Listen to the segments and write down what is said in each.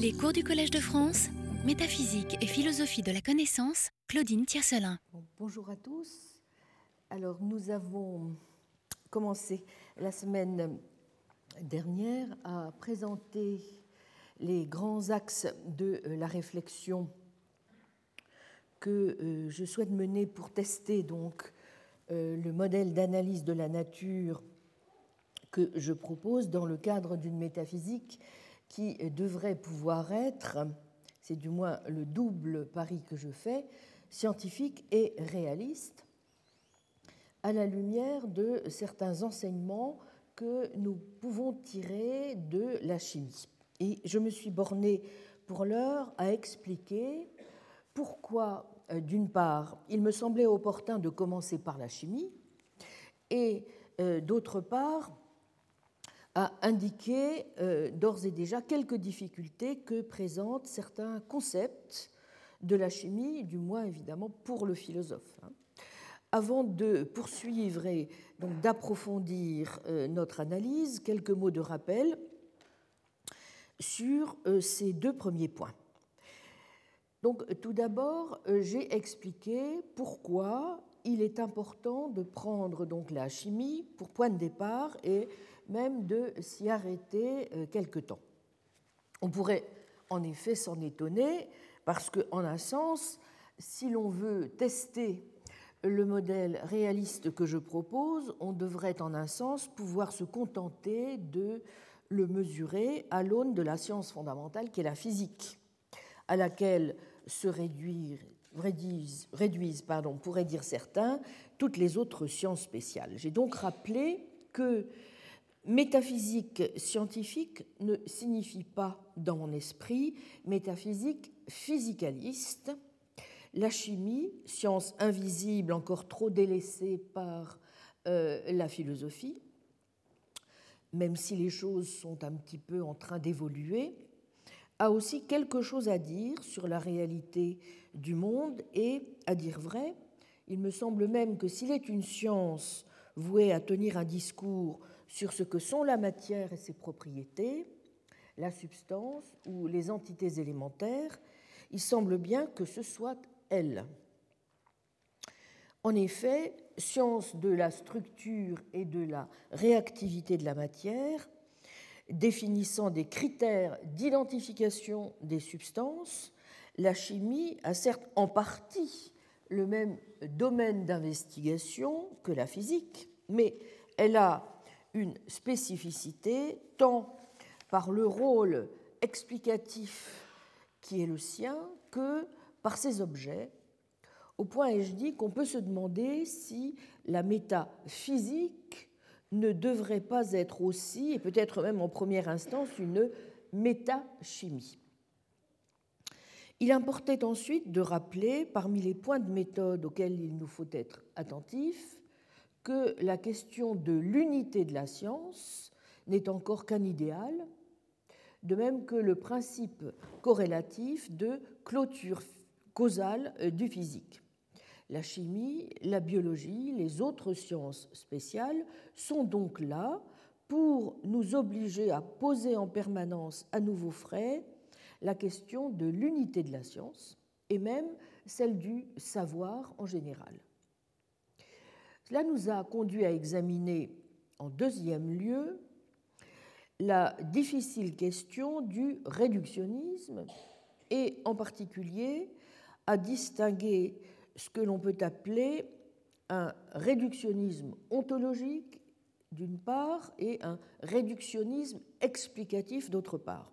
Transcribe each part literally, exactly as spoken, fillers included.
Les cours du Collège de France, métaphysique et philosophie de la connaissance, Claudine Tiercelin. Bon, bonjour à tous. Alors, nous avons commencé la semaine dernière à présenter les grands axes de la réflexion que je souhaite mener pour tester donc le modèle d'analyse de la nature que je propose dans le cadre d'une métaphysique qui devrait pouvoir être, c'est du moins le double pari que je fais, scientifique et réaliste, à la lumière de certains enseignements que nous pouvons tirer de la chimie. Et je me suis bornée pour l'heure à expliquer pourquoi, d'une part, il me semblait opportun de commencer par la chimie, et euh, d'autre part, à indiquer euh, d'ores et déjà quelques difficultés que présentent certains concepts de la chimie, du moins évidemment pour le philosophe. Hein. Avant de poursuivre et donc d'approfondir euh, notre analyse, quelques mots de rappel sur euh, ces deux premiers points. Donc, tout d'abord, euh, j'ai expliqué pourquoi il est important de prendre donc la chimie pour point de départ et même de s'y arrêter euh, quelque temps. On pourrait en effet s'en étonner parce qu'en un sens, si l'on veut tester le modèle réaliste que je propose, on devrait en un sens pouvoir se contenter de le mesurer à l'aune de la science fondamentale qui est la physique, à laquelle se réduire, réduisent, réduisent pardon, pourraient dire certains, toutes les autres sciences spéciales. J'ai donc rappelé que métaphysique scientifique ne signifie pas, dans mon esprit, métaphysique physicaliste. La chimie, science invisible encore trop délaissée par euh, la philosophie, même si les choses sont un petit peu en train d'évoluer, a aussi quelque chose à dire sur la réalité du monde et, à dire vrai, il me semble même que s'il est une science vouée à tenir un discours sur ce que sont la matière et ses propriétés, la substance ou les entités élémentaires, il semble bien que ce soit elle. En effet, science de la structure et de la réactivité de la matière, définissant des critères d'identification des substances, la chimie a certes en partie le même domaine d'investigation que la physique, mais elle a une spécificité tant par le rôle explicatif qui est le sien que par ses objets, au point, ai-je dit, qu'on peut se demander si la métaphysique ne devrait pas être aussi, et peut-être même en première instance, une métachimie. Il importait ensuite de rappeler, parmi les points de méthode auxquels il nous faut être attentifs, que la question de l'unité de la science n'est encore qu'un idéal, de même que le principe corrélatif de clôture causale du physique. La chimie, la biologie, les autres sciences spéciales sont donc là pour nous obliger à poser en permanence à nouveau frais la question de l'unité de la science et même celle du savoir en général. Cela nous a conduit à examiner en deuxième lieu la difficile question du réductionnisme et en particulier à distinguer ce que l'on peut appeler un réductionnisme ontologique d'une part et un réductionnisme explicatif d'autre part.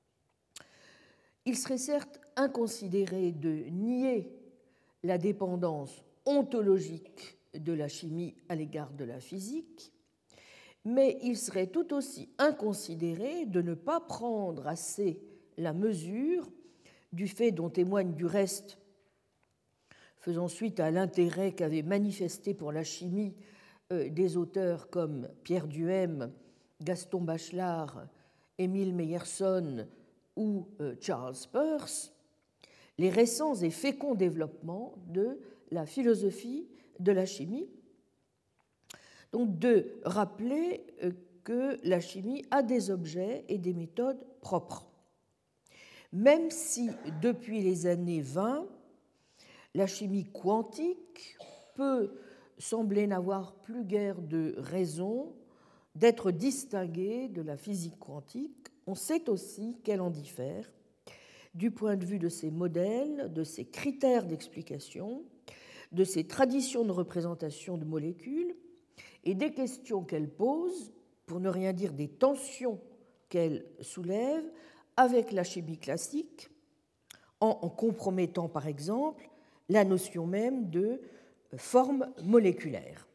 Il serait certes inconsidéré de nier la dépendance ontologique de la chimie à l'égard de la physique, mais il serait tout aussi inconsidéré de ne pas prendre assez la mesure du fait dont témoigne du reste, faisant suite à l'intérêt qu'avaient manifesté pour la chimie euh, des auteurs comme Pierre Duhem, Gaston Bachelard, Émile Meyerson ou euh, Charles Peirce, les récents et féconds développements de la philosophie de la chimie. Donc de rappeler que la chimie a des objets et des méthodes propres. même si depuis les années vingt, la chimie quantique peut sembler n'avoir plus guère de raison d'être distinguée de la physique quantique, on sait aussi qu'elle en diffère du point de vue de ses modèles, de ses critères d'explication, de ses traditions de représentation de molécules et des questions qu'elle pose, pour ne rien dire des tensions qu'elle soulève avec la chimie classique, en compromettant par exemple la notion même de forme moléculaire.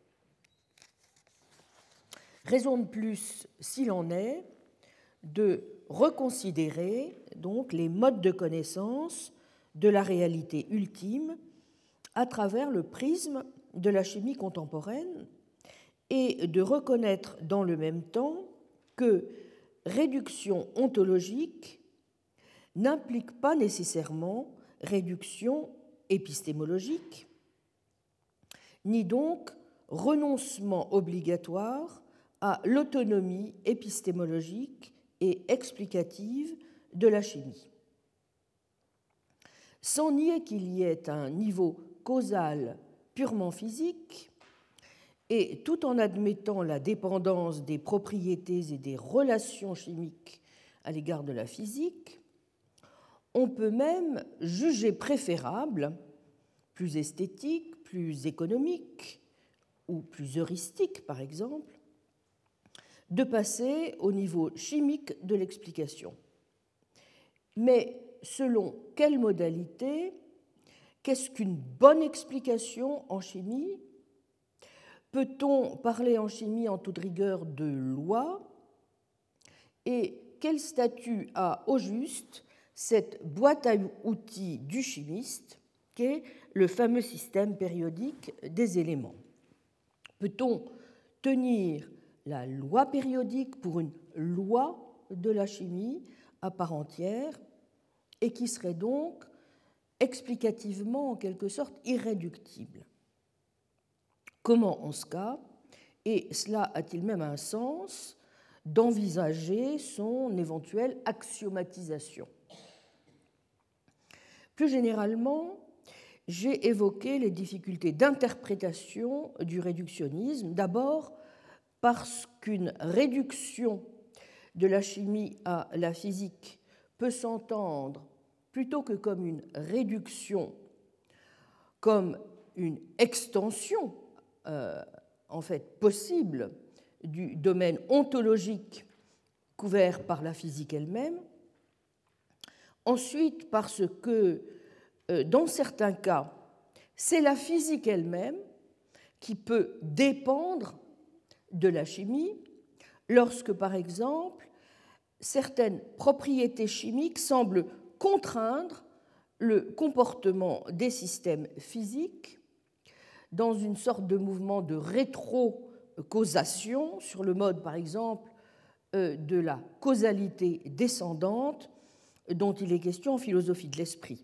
Raison de plus, s'il en est, de reconsidérer donc les modes de connaissance de la réalité ultime à travers le prisme de la chimie contemporaine et de reconnaître dans le même temps que réduction ontologique n'implique pas nécessairement réduction épistémologique, ni donc renoncement obligatoire à l'autonomie épistémologique et explicative de la chimie. Sans nier qu'il y ait un niveau causal purement physique, et tout en admettant la dépendance des propriétés et des relations chimiques à l'égard de la physique, on peut même juger préférable, plus esthétique, plus économique ou plus heuristique par exemple, de passer au niveau chimique de l'explication. Mais selon quelle modalité, qu'est-ce qu'une bonne explication en chimie? Peut-on parler en chimie en toute rigueur de loi? Et quel statut a au juste cette boîte à outils du chimiste qu'est le fameux système périodique des éléments? Peut-on tenir la loi périodique pour une loi de la chimie à part entière et qui serait donc explicativement en quelque sorte irréductible? Comment en ce cas, et cela a-t-il même un sens, d'envisager son éventuelle axiomatisation? Plus généralement, j'ai évoqué les difficultés d'interprétation du réductionnisme, d'abord parce qu'une réduction de la chimie à la physique peut s'entendre plutôt que comme une réduction, comme une extension euh, en fait possible du domaine ontologique couvert par la physique elle-même. Ensuite, parce que euh, dans certains cas, c'est la physique elle-même qui peut dépendre de la chimie, lorsque, par exemple, certaines propriétés chimiques semblent contraindre le comportement des systèmes physiques dans une sorte de mouvement de rétro-causation, sur le mode, par exemple, de la causalité descendante dont il est question en philosophie de l'esprit.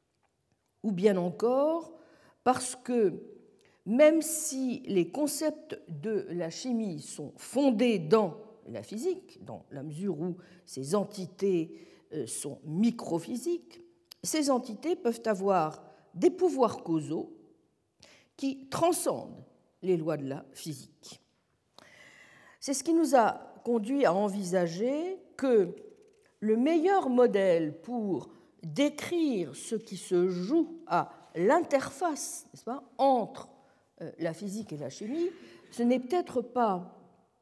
Ou bien encore parce que même si les concepts de la chimie sont fondés dans la physique, dans la mesure où ces entités sont microphysiques, ces entités peuvent avoir des pouvoirs causaux qui transcendent les lois de la physique. C'est ce qui nous a conduit à envisager que le meilleur modèle pour décrire ce qui se joue à l'interface, n'est-ce pas, entre la physique et la chimie, ce n'est peut-être pas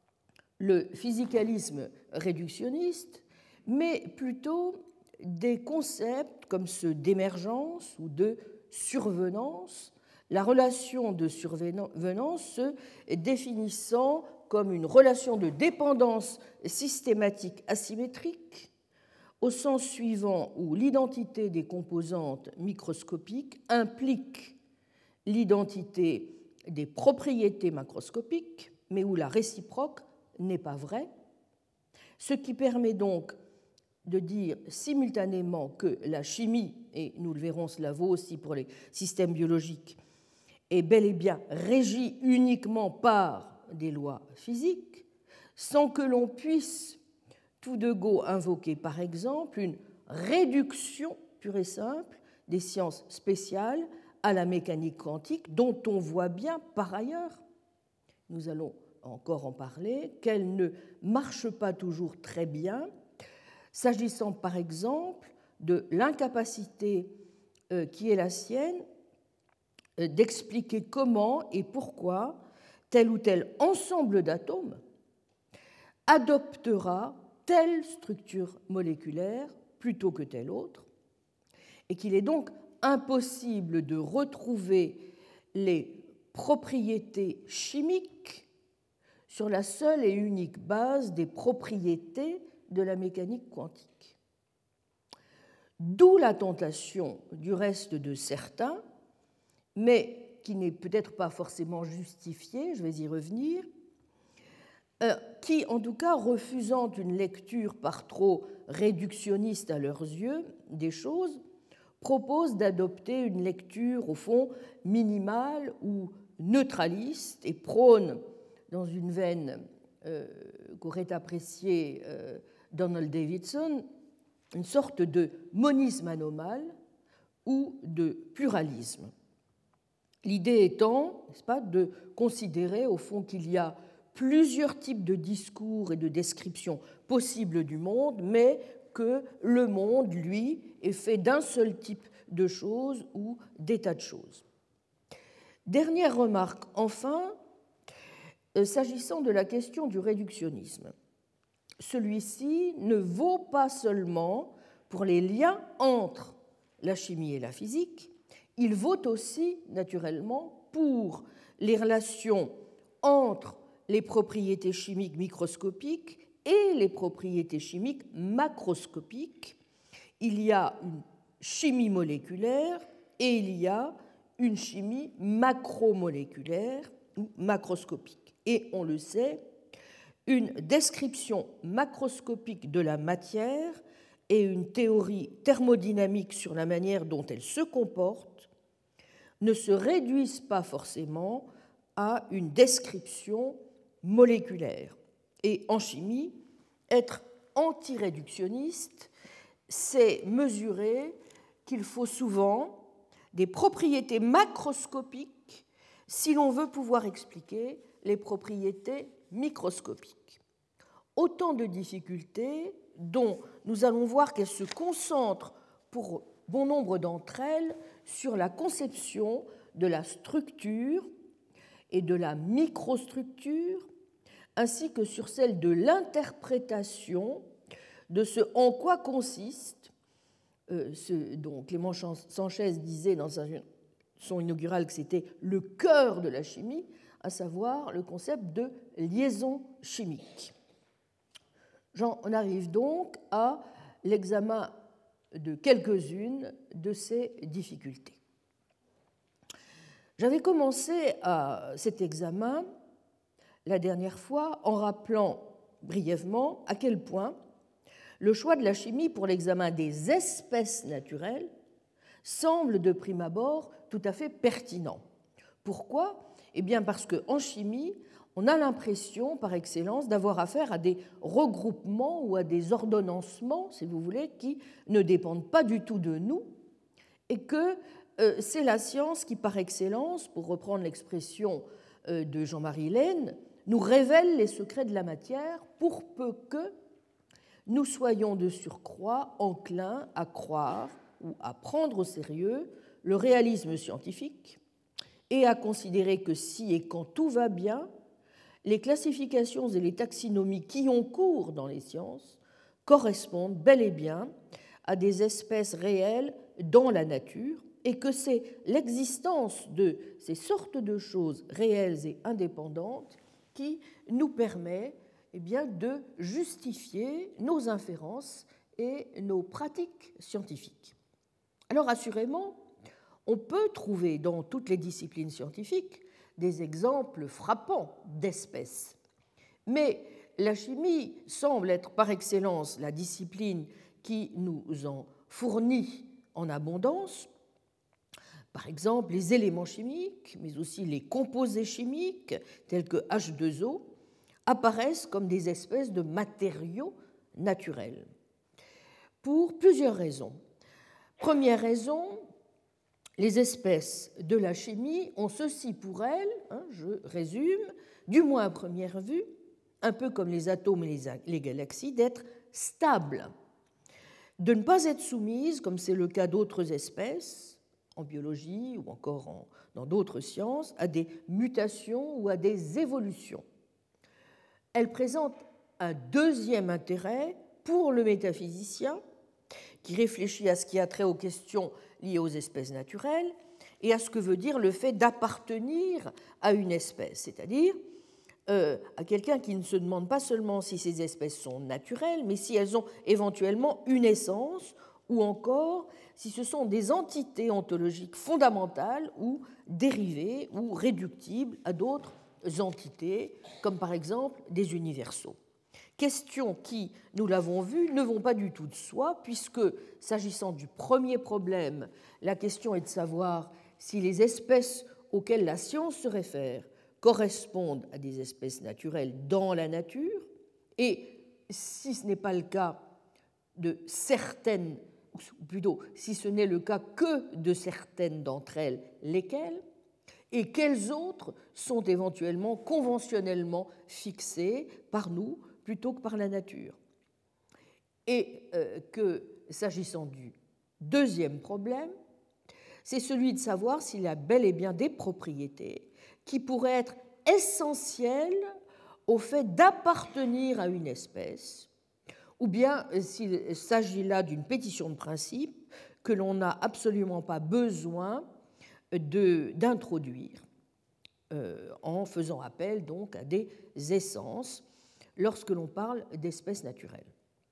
le physicalisme réductionniste, mais plutôt des concepts comme ceux d'émergence ou de survenance, la relation de survenance se définissant comme une relation de dépendance systématique asymétrique, au sens suivant où l'identité des composantes microscopiques implique l'identité des propriétés macroscopiques, mais où la réciproque n'est pas vraie, ce qui permet donc de dire simultanément que la chimie, et nous le verrons, cela vaut aussi pour les systèmes biologiques, est bel et bien régie uniquement par des lois physiques, sans que l'on puisse tout de go invoquer par exemple une réduction pure et simple des sciences spéciales à la mécanique quantique, dont on voit bien par ailleurs, nous allons encore en parler, qu'elle ne marche pas toujours très bien, s'agissant par exemple de l'incapacité euh, qui est la sienne euh, d'expliquer comment et pourquoi tel ou tel ensemble d'atomes adoptera telle structure moléculaire plutôt que telle autre, et qu'il est donc impossible de retrouver les propriétés chimiques sur la seule et unique base des propriétés de la mécanique quantique. D'où la tentation du reste de certains, mais qui n'est peut-être pas forcément justifiée, je vais y revenir, euh, qui, en tout cas, refusant une lecture par trop réductionniste à leurs yeux des choses, proposent d'adopter une lecture, au fond, minimale ou neutraliste et prône, dans une veine euh, qu'aurait appréciée euh, Donald Davidson, une sorte de monisme anomale ou de pluralisme. L'idée étant, n'est-ce pas, de considérer au fond qu'il y a plusieurs types de discours et de descriptions possibles du monde, mais que le monde, lui, est fait d'un seul type de choses ou d'états de choses. Dernière remarque, enfin, s'agissant de la question du réductionnisme. Celui-ci ne vaut pas seulement pour les liens entre la chimie et la physique, il vaut aussi, naturellement, pour les relations entre les propriétés chimiques microscopiques et les propriétés chimiques macroscopiques. Il y a une chimie moléculaire et il y a une chimie macromoléculaire ou macroscopique. Et on le sait, une description macroscopique de la matière et une théorie thermodynamique sur la manière dont elle se comporte ne se réduisent pas forcément à une description moléculaire. Et en chimie, être antiréductionniste, c'est mesurer qu'il faut souvent des propriétés macroscopiques si l'on veut pouvoir expliquer les propriétés microscopiques. Autant de difficultés dont nous allons voir qu'elles se concentrent pour bon nombre d'entre elles sur la conception de la structure et de la microstructure, ainsi que sur celle de l'interprétation de ce en quoi consiste, euh, ce dont Clément Sanchez disait dans son inaugural que c'était le cœur de la chimie, à savoir le concept de liaison chimique. J'en arrive donc à l'examen de quelques-unes de ces difficultés. J'avais commencé à cet examen la dernière fois en rappelant brièvement à quel point le choix de la chimie pour l'examen des espèces naturelles semble de prime abord tout à fait pertinent. Pourquoi ? Eh bien parce qu'en chimie, on a l'impression, par excellence, d'avoir affaire à des regroupements ou à des ordonnancements, si vous voulez, qui ne dépendent pas du tout de nous, et que euh, c'est la science qui, par excellence, pour reprendre l'expression euh, de Jean-Marie Lehn, nous révèle les secrets de la matière pour peu que nous soyons de surcroît enclins à croire ou à prendre au sérieux le réalisme scientifique et à considérer que si et quand tout va bien, les classifications et les taxonomies qui ont cours dans les sciences correspondent bel et bien à des espèces réelles dans la nature et que c'est l'existence de ces sortes de choses réelles et indépendantes qui nous permet eh bien, de justifier nos inférences et nos pratiques scientifiques. Alors assurément, on peut trouver dans toutes les disciplines scientifiques des exemples frappants d'espèces. Mais la chimie semble être par excellence la discipline qui nous en fournit en abondance. Par exemple, les éléments chimiques, mais aussi les composés chimiques, tels que H deux O, apparaissent comme des espèces de matériaux naturels. pour plusieurs raisons. Première raison, les espèces de la chimie ont ceci pour elles, hein, je résume, du moins à première vue, un peu comme les atomes et les, les galaxies, d'être stables, de ne pas être soumises, comme c'est le cas d'autres espèces, en biologie ou encore en, dans d'autres sciences, à des mutations ou à des évolutions. Elles présentent un deuxième intérêt pour le métaphysicien, qui réfléchit à ce qui a trait aux questions liées aux espèces naturelles et à ce que veut dire le fait d'appartenir à une espèce, c'est-à-dire euh, à quelqu'un qui ne se demande pas seulement si ces espèces sont naturelles, mais si elles ont éventuellement une essence, ou encore si ce sont des entités ontologiques fondamentales ou dérivées ou réductibles à d'autres entités, comme par exemple des universaux. Questions qui, nous l'avons vu, ne vont pas du tout de soi, puisque, s'agissant du premier problème, la question est de savoir si les espèces auxquelles la science se réfère correspondent à des espèces naturelles dans la nature, et si ce n'est pas le cas de certaines, ou plutôt si ce n'est le cas que de certaines d'entre elles, lesquelles, et quelles autres sont éventuellement conventionnellement fixées par nous plutôt que par la nature. Et euh, que, s'agissant du deuxième problème, c'est celui de savoir s'il y a bel et bien des propriétés qui pourraient être essentielles au fait d'appartenir à une espèce, ou bien s'il s'agit là d'une pétition de principe que l'on n'a absolument pas besoin de, d'introduire euh, en faisant appel donc à des essences lorsque l'on parle d'espèces naturelles.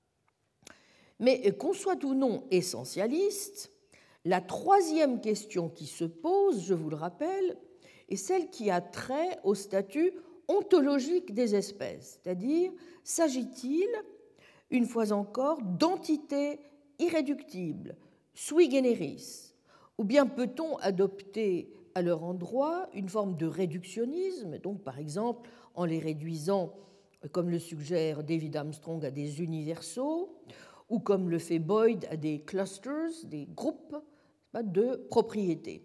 Mais qu'on soit ou non essentialiste, la troisième question qui se pose, je vous le rappelle, est celle qui a trait au statut ontologique des espèces, c'est-à-dire s'agit-il, une fois encore, d'entités irréductibles, sui generis, ou bien peut-on adopter à leur endroit une forme de réductionnisme, donc par exemple en les réduisant, comme le suggère David Armstrong, à des universaux, ou comme le fait Boyd, à des clusters, des groupes de propriétés.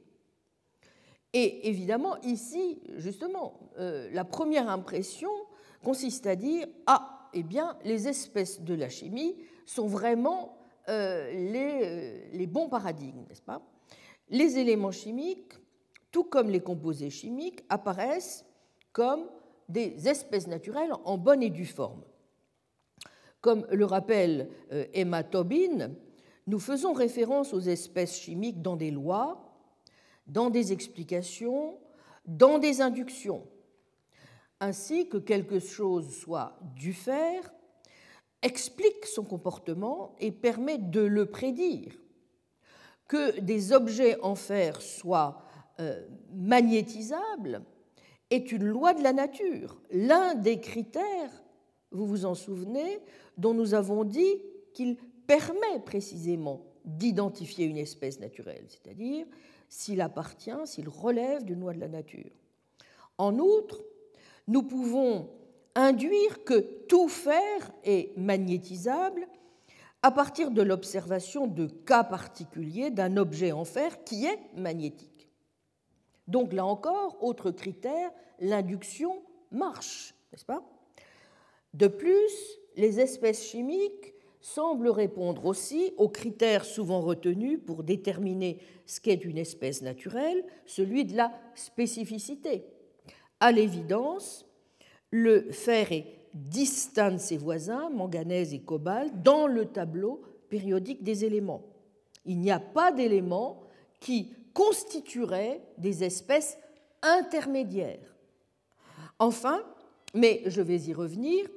Et évidemment, ici, justement, euh, la première impression consiste à dire « Ah, eh bien, les espèces de la chimie sont vraiment euh, les, euh, les bons paradigmes, n'est-ce pas ? Les éléments chimiques, tout comme les composés chimiques, apparaissent comme des espèces naturelles en bonne et due forme. Comme le rappelle euh, Emma Tobin, nous faisons référence aux espèces chimiques dans des lois, dans des explications, dans des inductions, ainsi que quelque chose soit dû faire, explique son comportement et permet de le prédire. Que des objets en fer soient euh, magnétisables est une loi de la nature, l'un des critères, vous vous en souvenez, dont nous avons dit qu'il permet précisément d'identifier une espèce naturelle, c'est-à-dire s'il appartient, s'il relève d'une loi de la nature. En outre, nous pouvons induire que tout fer est magnétisable à partir de l'observation de cas particuliers d'un objet en fer qui est magnétique. Donc là encore, autre critère, l'induction marche, n'est-ce pas ? De plus, les espèces chimiques semblent répondre aussi aux critères souvent retenus pour déterminer ce qu'est une espèce naturelle, celui de la spécificité. À l'évidence, le fer est distinct de ses voisins, manganèse et cobalt, dans le tableau périodique des éléments. Il n'y a pas d'éléments qui constitueraient des espèces intermédiaires. Enfin, mais je vais y revenir,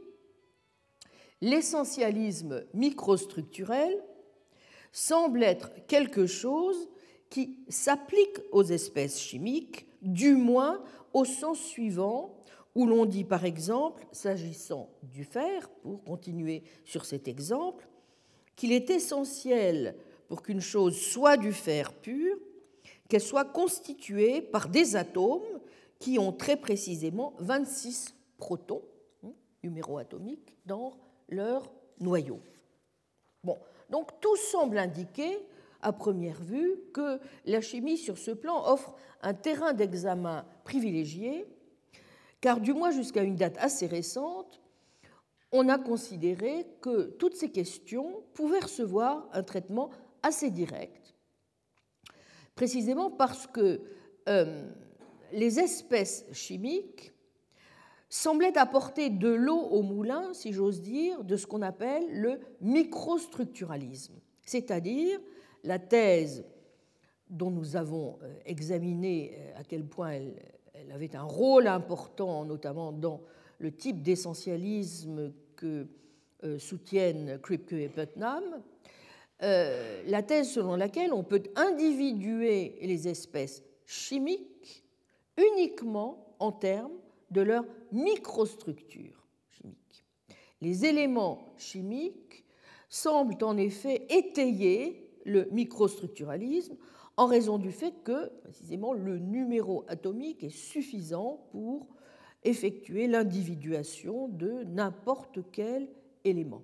l'essentialisme microstructurel semble être quelque chose qui s'applique aux espèces chimiques, du moins au sens suivant, où l'on dit par exemple, s'agissant du fer, pour continuer sur cet exemple, qu'il est essentiel pour qu'une chose soit du fer pur, qu'elle soit constituée par des atomes qui ont très précisément vingt-six protons, numéro atomique, dans leur noyau. Bon, Donc tout semble indiquer, à première vue, que la chimie sur ce plan offre un terrain d'examen privilégié, car du moins jusqu'à une date assez récente, on a considéré que toutes ces questions pouvaient recevoir un traitement assez direct, précisément parce que euh, les espèces chimiques semblaient apporter de l'eau au moulin, si j'ose dire, de ce qu'on appelle le microstructuralisme, c'est-à-dire la thèse dont nous avons examiné à quel point elle, elle avait un rôle important, notamment dans le type d'essentialisme que euh, soutiennent Kripke et Putnam, euh, la thèse selon laquelle on peut individuer les espèces chimiques uniquement en termes de leur microstructure chimique. Les éléments chimiques semblent en effet étayer le microstructuralisme en raison du fait que, précisément, le numéro atomique est suffisant pour effectuer l'individuation de n'importe quel élément.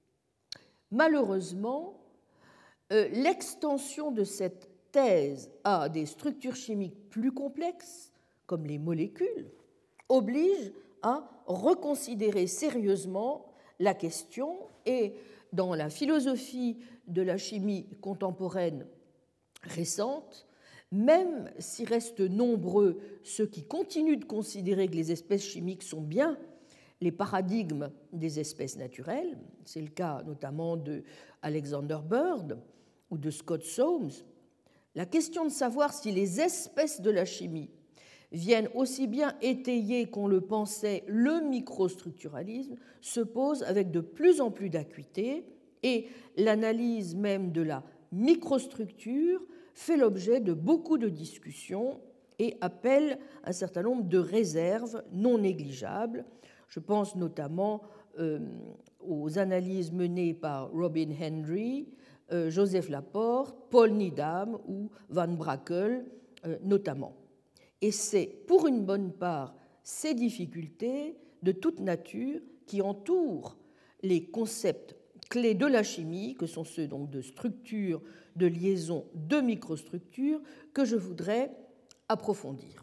Malheureusement, euh, l'extension de cette thèse à des structures chimiques plus complexes, comme les molécules, oblige à reconsidérer sérieusement la question et, dans la philosophie de la chimie contemporaine récente, même s'il reste nombreux ceux qui continuent de considérer que les espèces chimiques sont bien les paradigmes des espèces naturelles, c'est le cas notamment de Alexander Bird ou de Scott Soames, la question de savoir si les espèces de la chimie viennent aussi bien étayer qu'on le pensait le microstructuralisme se pose avec de plus en plus d'acuité et l'analyse même de la microstructure fait l'objet de beaucoup de discussions et appelle un certain nombre de réserves non négligeables. Je pense notamment euh, aux analyses menées par Robin Hendry, euh, Joseph Laporte, Paul Needham ou Van Brakel euh, notamment. Et c'est pour une bonne part ces difficultés de toute nature qui entourent les concepts clés de la chimie, que sont ceux donc de structure, de liaison, de microstructure, que je voudrais approfondir.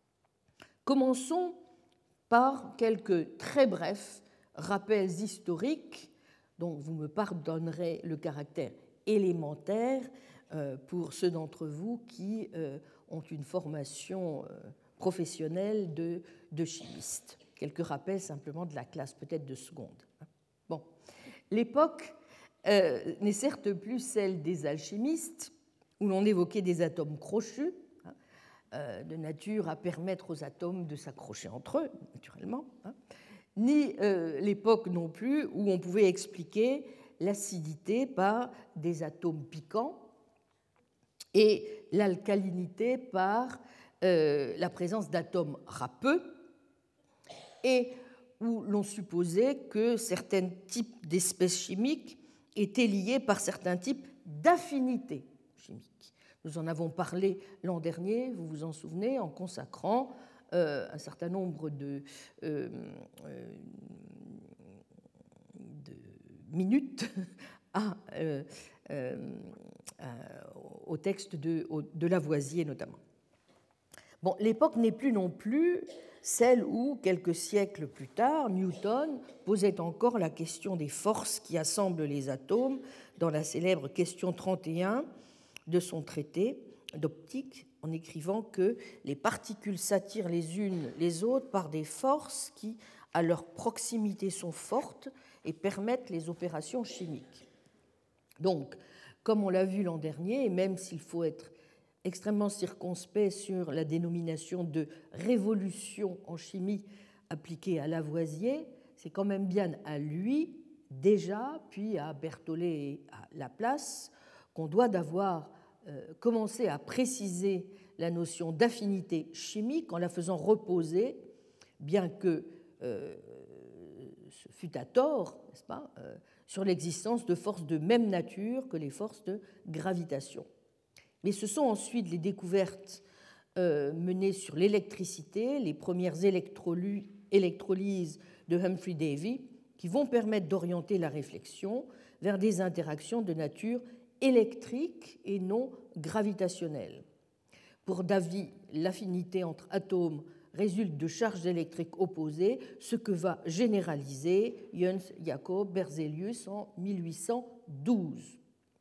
Commençons par quelques très brefs rappels historiques dont vous me pardonnerez le caractère élémentaire pour ceux d'entre vous qui ont une formation professionnelle de, de chimiste. Quelques rappels simplement de la classe, peut-être de seconde. Bon. L'époque euh, n'est certes plus celle des alchimistes, où l'on évoquait des atomes crochus, hein, euh, de nature à permettre aux atomes de s'accrocher entre eux, naturellement, hein, ni euh, l'époque non plus où on pouvait expliquer l'acidité par des atomes piquants et l'alcalinité par euh, la présence d'atomes râpeux, et où l'on supposait que certains types d'espèces chimiques étaient liés par certains types d'affinités chimiques. Nous en avons parlé l'an dernier, vous vous en souvenez, en consacrant euh, un certain nombre de, euh, de minutes à, euh, euh, au texte de, de Lavoisier notamment. Bon, l'époque n'est plus non plus celle où, quelques siècles plus tard, Newton posait encore la question des forces qui assemblent les atomes dans la célèbre question trente et un de son traité d'optique, en écrivant que les particules s'attirent les unes les autres par des forces qui, à leur proximité, sont fortes et permettent les opérations chimiques. Donc, comme on l'a vu l'an dernier, et même s'il faut être extrêmement circonspect sur la dénomination de révolution en chimie appliquée à Lavoisier, c'est quand même bien à lui, déjà, puis à Berthollet et à Laplace, qu'on doit d'avoir euh, commencé à préciser la notion d'affinité chimique en la faisant reposer, bien que euh, ce fût à tort, n'est-ce pas, euh, sur l'existence de forces de même nature que les forces de gravitation. Mais ce sont ensuite les découvertes euh, menées sur l'électricité, les premières électrolyses de Humphrey Davy, qui vont permettre d'orienter la réflexion vers des interactions de nature électrique et non gravitationnelle. Pour Davy, l'affinité entre atomes résulte de charges électriques opposées, ce que va généraliser Jöns Jacob Berzelius en mille huit cent douze.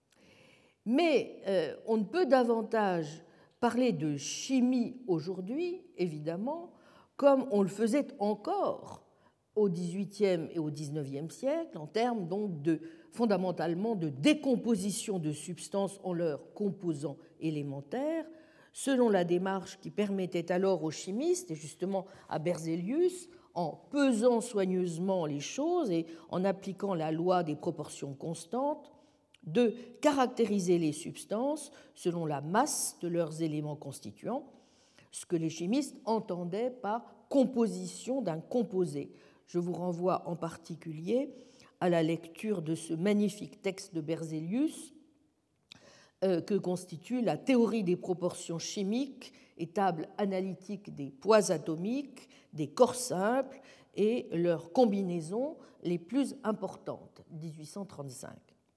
Mais euh, on ne peut davantage parler de chimie aujourd'hui, évidemment, comme on le faisait encore au dix-huitième et au dix-neuvième siècle, en termes donc de, fondamentalement de décomposition de substances en leurs composants élémentaires, selon la démarche qui permettait alors aux chimistes, et justement à Berzelius, en pesant soigneusement les choses et en appliquant la loi des proportions constantes, de caractériser les substances selon la masse de leurs éléments constituants, ce que les chimistes entendaient par composition d'un composé. Je vous renvoie en particulier à la lecture de ce magnifique texte de Berzelius euh, que constitue la théorie des proportions chimiques et table analytique des poids atomiques, des corps simples et leurs combinaisons les plus importantes, dix-huit cent trente-cinq.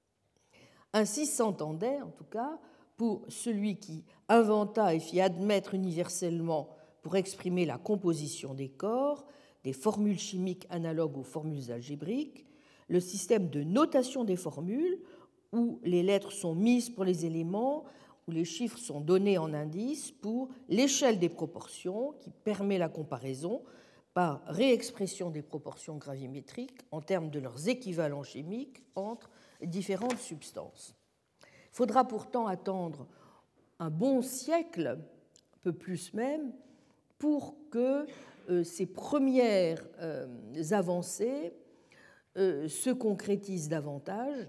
Ainsi s'entendait, en tout cas, pour celui qui inventa et fit admettre universellement, pour exprimer la composition des corps, des formules chimiques analogues aux formules algébriques, le système de notation des formules, où les lettres sont mises pour les éléments, où les chiffres sont donnés en indices pour l'échelle des proportions, qui permet la comparaison par réexpression des proportions gravimétriques en termes de leurs équivalents chimiques entre différentes substances. Il faudra pourtant attendre un bon siècle, un peu plus même, pour que euh, ces premières euh, avancées euh, se concrétisent davantage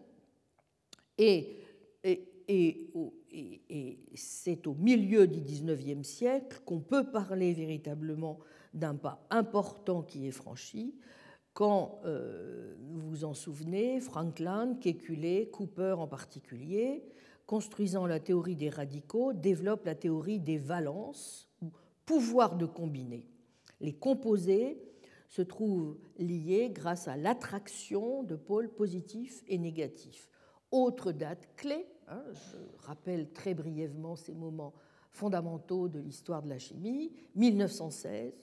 et, et, et, et, et c'est au milieu du dix-neuvième siècle qu'on peut parler véritablement d'un pas important qui est franchi, quand, euh, vous vous en souvenez, Franklin, Kekulé, Cooper en particulier, construisant la théorie des radicaux, développent la théorie des valences, ou pouvoir de combiner. Les composés se trouvent liés grâce à l'attraction de pôles positifs et négatifs. Autre date clé, hein, je rappelle très brièvement ces moments fondamentaux de l'histoire de la chimie, mille neuf cent seize,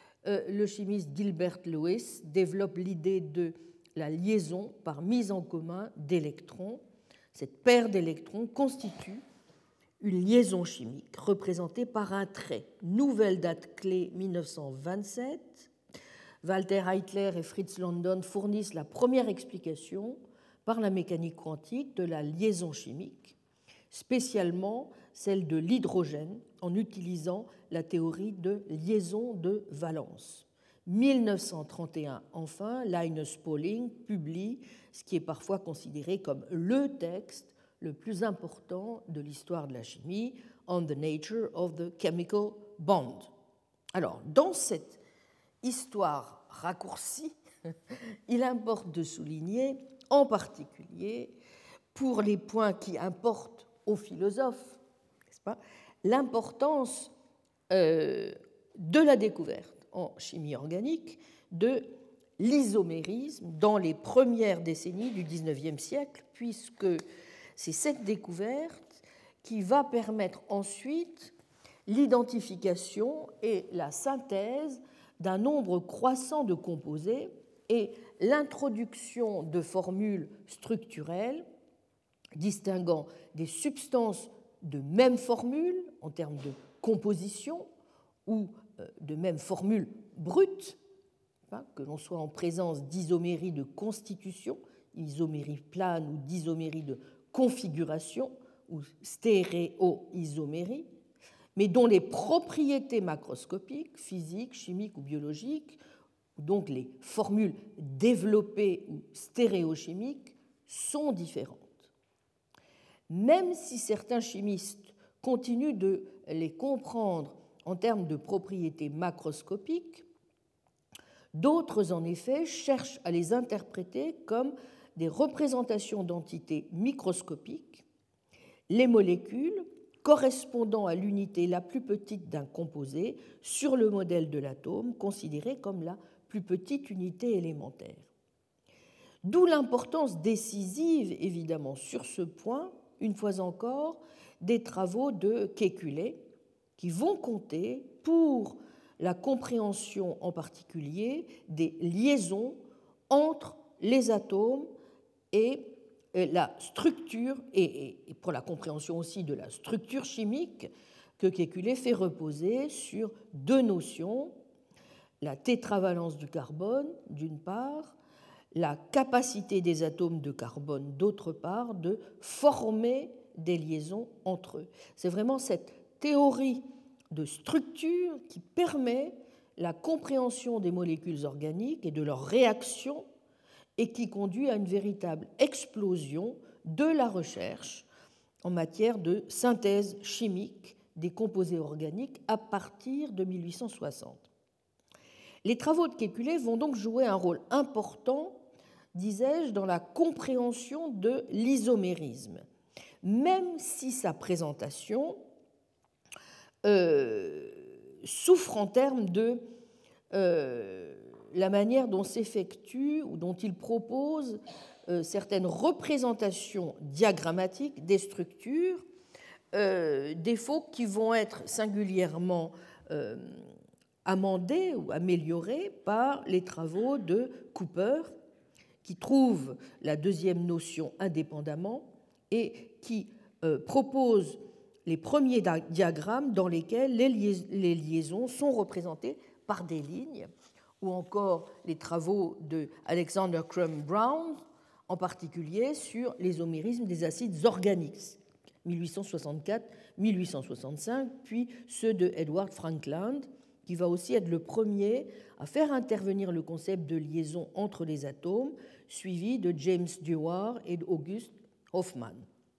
le chimiste Gilbert Lewis développe l'idée de la liaison par mise en commun d'électrons. Cette paire d'électrons constitue une liaison chimique représentée par un trait. Nouvelle date clé mille neuf cent vingt-sept. Walter Heitler et Fritz London fournissent la première explication par la mécanique quantique de la liaison chimique, spécialement celle de l'hydrogène, en utilisant la théorie de liaison de valence. mille neuf cent trente et un, enfin, Linus Pauling publie ce qui est parfois considéré comme le texte le plus important de l'histoire de la chimie, On the Nature of the Chemical Bond. Alors, dans cette histoire raccourcie, il importe de souligner, en particulier, pour les points qui importent aux philosophes, n'est-ce pas, l'importance euh, de la découverte en chimie organique de l'isomérisme dans les premières décennies du dix-neuvième siècle, puisque c'est cette découverte qui va permettre ensuite l'identification et la synthèse d'un nombre croissant de composés et l'introduction de formules structurelles distinguant des substances de même formule en termes de composition ou de même formule brute, que l'on soit en présence d'isomérie de constitution, isomérie plane ou d'isomérie de configuration ou stéréoisomérie, mais dont les propriétés macroscopiques, physiques, chimiques ou biologiques, donc les formules développées ou stéréochimiques, sont différentes. Même si certains chimistes continuent de les comprendre en termes de propriétés macroscopiques, d'autres, en effet, cherchent à les interpréter comme des représentations d'entités microscopiques, les molécules correspondant à l'unité la plus petite d'un composé sur le modèle de l'atome, considéré comme la plus petite unité élémentaire. D'où l'importance décisive, évidemment, sur ce point, une fois encore, des travaux de Kekulé, qui vont compter pour la compréhension en particulier des liaisons entre les atomes et la structure, et pour la compréhension aussi de la structure chimique que Kekulé fait reposer sur deux notions, la tétravalence du carbone, d'une part, la capacité des atomes de carbone, d'autre part, de former des liaisons entre eux. C'est vraiment cette théorie de structure qui permet la compréhension des molécules organiques et de leurs réactions et qui conduit à une véritable explosion de la recherche en matière de synthèse chimique des composés organiques à partir de mille huit cent soixante. Les travaux de Kekulé vont donc jouer un rôle important, disais-je, dans la compréhension de l'isomérisme, même si sa présentation euh, souffre en termes de euh, la manière dont s'effectue ou dont il propose euh, certaines représentations diagrammatiques des structures, euh, défauts qui vont être singulièrement euh, amendés ou améliorés par les travaux de Cooper, qui trouve la deuxième notion indépendamment et qui euh, propose les premiers diagrammes dans lesquels les, liais les liaisons sont représentées par des lignes, ou encore les travaux de Alexander Crum Brown, en particulier sur l'isomérisme des acides organiques, mille huit cent soixante-quatre à mille huit cent soixante-cinq, puis ceux de Edward Frankland, qui va aussi être le premier à faire intervenir le concept de liaison entre les atomes, suivi de James Dewar et d'August Hofmann.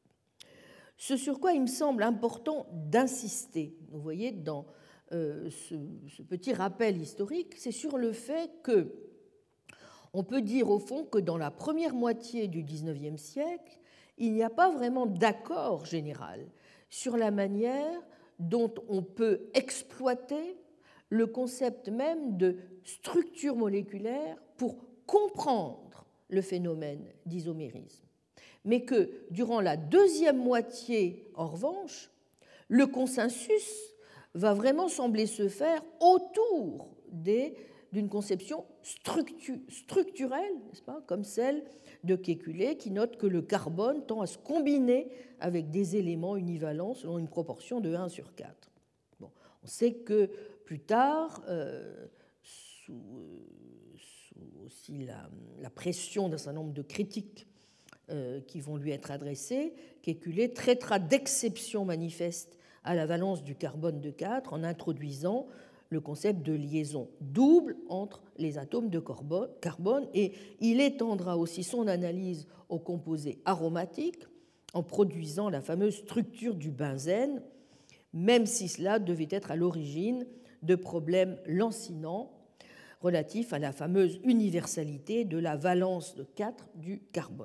Ce sur quoi il me semble important d'insister, vous voyez, dans euh, ce, ce petit rappel historique, c'est sur le fait que on peut dire au fond que dans la première moitié du dix-neuvième siècle, il n'y a pas vraiment d'accord général sur la manière dont on peut exploiter le concept même de structure moléculaire pour comprendre le phénomène d'isomérisme. Mais que durant la deuxième moitié, en revanche, le consensus va vraiment sembler se faire autour des, d'une conception structu, structurelle, n'est-ce pas, comme celle de Kekulé, qui note que le carbone tend à se combiner avec des éléments univalents selon une proportion de un sur quatre. Bon, on sait que plus tard, euh, sous, euh, sous aussi la, la pression d'un certain nombre de critiques euh, qui vont lui être adressées, Kekulé traitera d'exception manifeste à la valence du carbone de quatre en introduisant le concept de liaison double entre les atomes de carbone, et il étendra aussi son analyse aux composés aromatiques en produisant la fameuse structure du benzène, même si cela devait être à l'origine de problèmes lancinants relatifs à la fameuse universalité de la valence de quatre du carbone.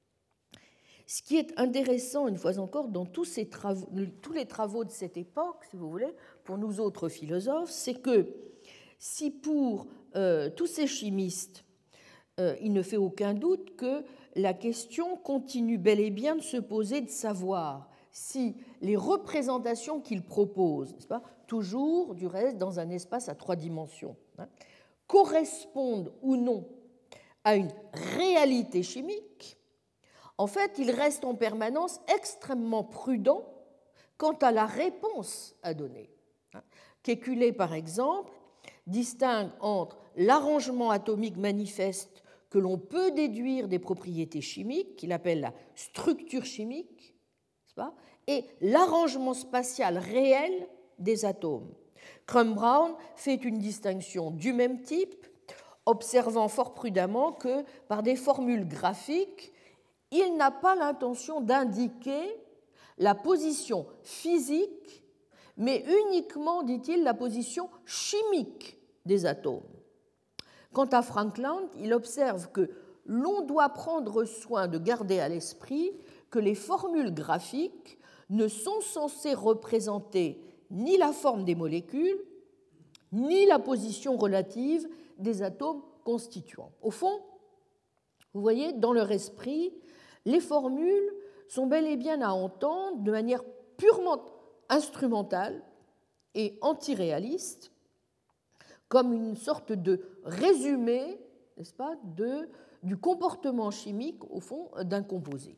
Ce qui est intéressant, une fois encore, dans tous, ces travaux, tous les travaux de cette époque, si vous voulez, pour nous autres philosophes, c'est que si pour euh, tous ces chimistes, euh, il ne fait aucun doute que la question continue bel et bien de se poser, de savoir si les représentations qu'ils proposent, n'est-ce pas, toujours, du reste, dans un espace à trois dimensions, hein, correspondent ou non à une réalité chimique. En fait, il reste en permanence extrêmement prudent quant à la réponse à donner. Kekulé, par exemple, distingue entre l'arrangement atomique manifeste que l'on peut déduire des propriétés chimiques, qu'il appelle la structure chimique, n'est-ce pas, et l'arrangement spatial réel des atomes. Crum-Brown fait une distinction du même type, observant fort prudemment que, par des formules graphiques, il n'a pas l'intention d'indiquer la position physique, mais uniquement, dit-il, la position chimique des atomes. Quant à Frankland, il observe que l'on doit prendre soin de garder à l'esprit que les formules graphiques ne sont censées représenter ni la forme des molécules, ni la position relative des atomes constituants. Au fond, Vous voyez, dans leur esprit, les formules sont bel et bien à entendre de manière purement instrumentale et antiréaliste, comme une sorte de résumé, n'est-ce pas, de, du comportement chimique, au fond, d'un composé.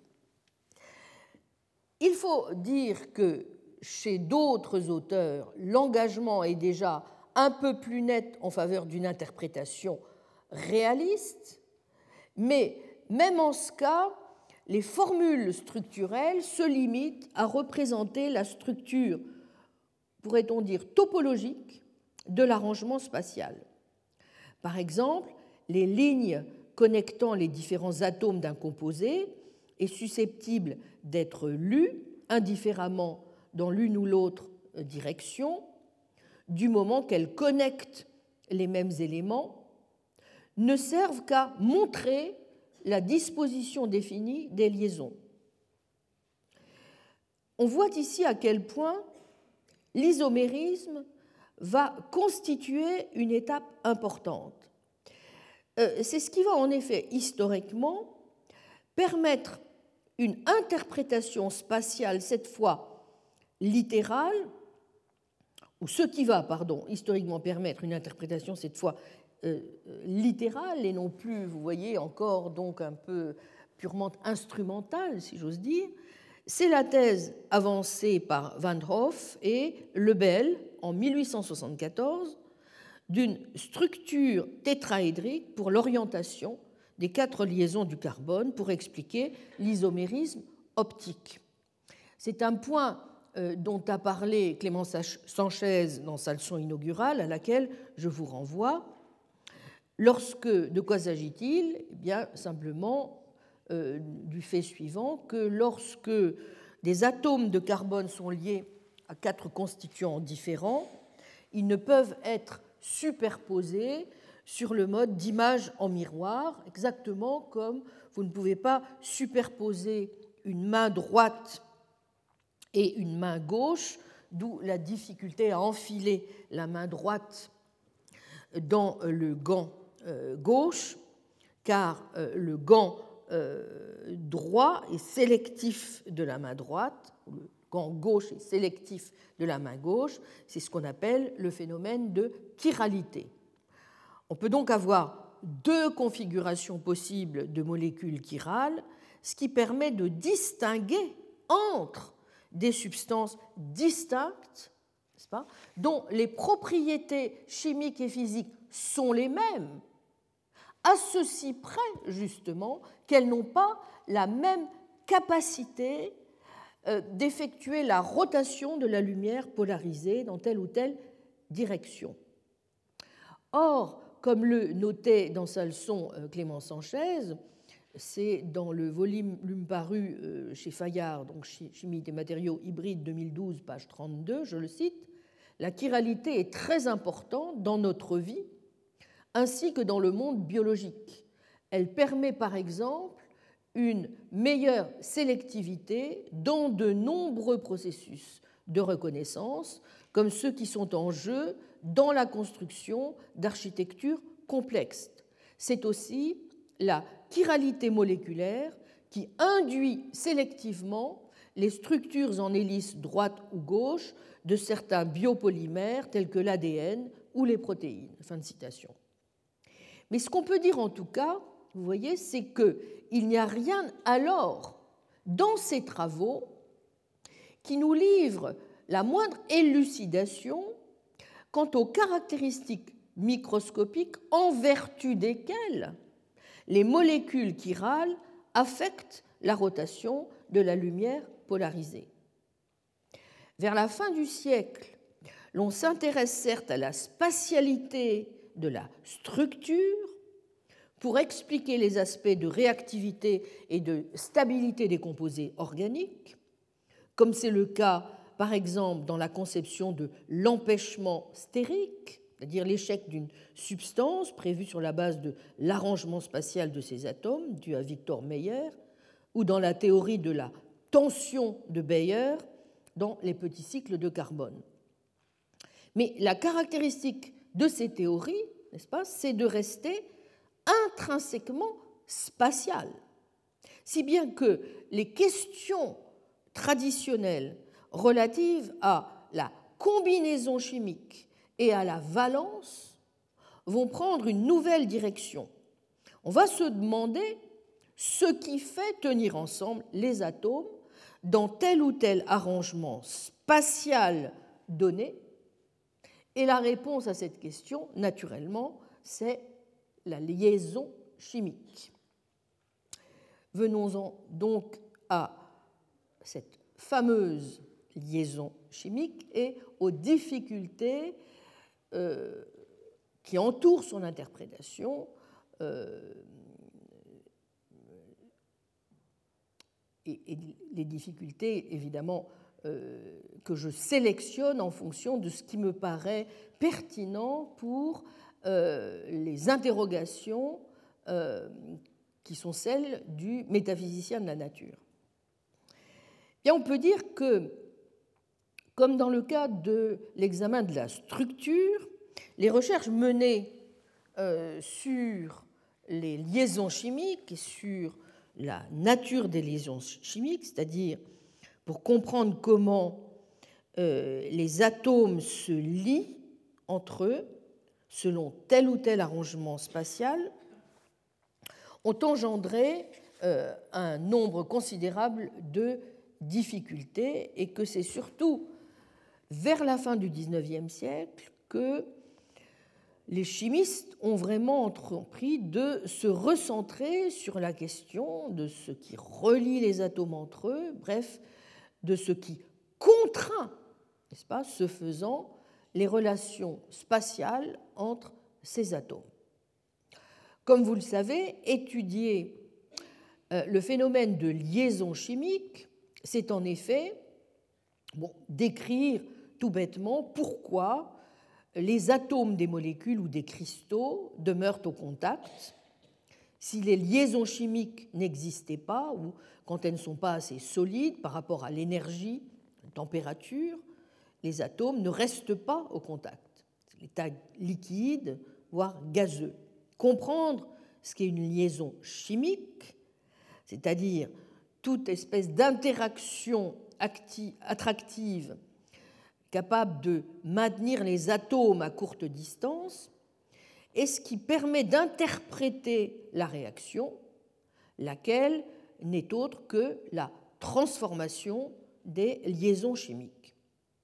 Il faut dire que chez d'autres auteurs, l'engagement est déjà un peu plus net en faveur d'une interprétation réaliste, mais même en ce cas, les formules structurelles se limitent à représenter la structure, pourrait-on dire, topologique de l'arrangement spatial. Par exemple, les lignes connectant les différents atomes d'un composé est susceptible d'être lues indifféremment dans l'une ou l'autre direction, du moment qu'elles connectent les mêmes éléments, ne servent qu'à montrer la disposition définie des liaisons. On voit ici à quel point l'isomérisme va constituer une étape importante. C'est ce qui va en effet historiquement permettre une interprétation spatiale, cette fois littérale, ou ce qui va, pardon, historiquement permettre une interprétation cette fois euh, littérale et non plus, vous voyez, encore donc un peu purement instrumentale, si j'ose dire. C'est la thèse avancée par Van 't Hoff et Lebel en mille huit cent soixante-quatorze d'une structure tétraédrique pour l'orientation des quatre liaisons du carbone pour expliquer l'isomérisme optique. C'est un point euh, dont a parlé Clémence Sanchez dans sa leçon inaugurale, à laquelle je vous renvoie. Lorsque, de quoi s'agit-il ? Eh bien, simplement euh, du fait suivant que lorsque des atomes de carbone sont liés à quatre constituants différents, ils ne peuvent être superposés sur le mode d'image en miroir, exactement comme vous ne pouvez pas superposer une main droite et une main gauche, d'où la difficulté à enfiler la main droite dans le gant gauche, car le gant droit est sélectif de la main droite, le gant gauche est sélectif de la main gauche, c'est ce qu'on appelle le phénomène de chiralité. On peut donc avoir deux configurations possibles de molécules chirales, ce qui permet de distinguer entre des substances distinctes, n'est-ce pas, dont les propriétés chimiques et physiques sont les mêmes, à ceci près, justement, qu'elles n'ont pas la même capacité d'effectuer la rotation de la lumière polarisée dans telle ou telle direction. Or, comme le notait dans sa leçon Clémence Sanchez, c'est dans le volume paru chez Fayard, donc Chimie des matériaux hybrides deux mille douze, page trente-deux, je le cite, « La chiralité est très importante dans notre vie ainsi que dans le monde biologique. Elle permet par exemple une meilleure sélectivité dans de nombreux processus de reconnaissance, comme ceux qui sont en jeu dans la construction d'architectures complexes. C'est aussi la chiralité moléculaire qui induit sélectivement les structures en hélice droite ou gauche de certains biopolymères tels que l'A D N ou les protéines. » Fin de citation. Mais ce qu'on peut dire en tout cas, vous voyez, c'est qu'il n'y a rien alors dans ces travaux qui nous livre la moindre élucidation quant aux caractéristiques microscopiques en vertu desquelles les molécules chirales affectent la rotation de la lumière polarisée. Vers la fin du siècle, l'on s'intéresse certes à la spatialité de la structure pour expliquer les aspects de réactivité et de stabilité des composés organiques, comme c'est le cas par exemple dans la conception de l'empêchement stérique, c'est-à-dire l'échec d'une substance prévue sur la base de l'arrangement spatial de ses atomes, dû à Victor Meyer, ou dans la théorie de la tension de Bayer dans les petits cycles de carbone. Mais la caractéristique de ces théories, n'est-ce pas, c'est de rester intrinsèquement spatiale, si bien que les questions traditionnelles relatives à la combinaison chimique et à la valence vont prendre une nouvelle direction. On va se demander ce qui fait tenir ensemble les atomes dans tel ou tel arrangement spatial donné. Et la réponse à cette question, naturellement, c'est la liaison chimique. Venons-en donc à cette fameuse liaison chimique et aux difficultés euh, qui entourent son interprétation, euh, et, et les difficultés, évidemment, euh, que je sélectionne en fonction de ce qui me paraît pertinent pour euh, les interrogations euh, qui sont celles du métaphysicien de la nature. Et on peut dire que, comme dans le cas de l'examen de la structure, les recherches menées euh, sur les liaisons chimiques et sur la nature des liaisons chimiques, c'est-à-dire pour comprendre comment euh, les atomes se lient entre eux selon tel ou tel arrangement spatial, ont engendré euh, un nombre considérable de difficultés et que c'est surtout vers la fin du dix-neuvième siècle que les chimistes ont vraiment entrepris de se recentrer sur la question de ce qui relie les atomes entre eux, bref, de ce qui contraint, n'est-ce pas, ce faisant, les relations spatiales entre ces atomes. Comme vous le savez, étudier euh, le phénomène de liaison chimique, c'est en effet bon, décrire tout bêtement pourquoi les atomes des molécules ou des cristaux demeurent au contact. Si les liaisons chimiques n'existaient pas, ou quand elles ne sont pas assez solides par rapport à l'énergie, la température, les atomes ne restent pas au contact. C'est l'état liquide, voire gazeux. Comprendre ce qu'est une liaison chimique, c'est-à-dire toute espèce d'interaction attractive capable de maintenir les atomes à courte distance, est ce qui permet d'interpréter la réaction, laquelle n'est autre que la transformation des liaisons chimiques.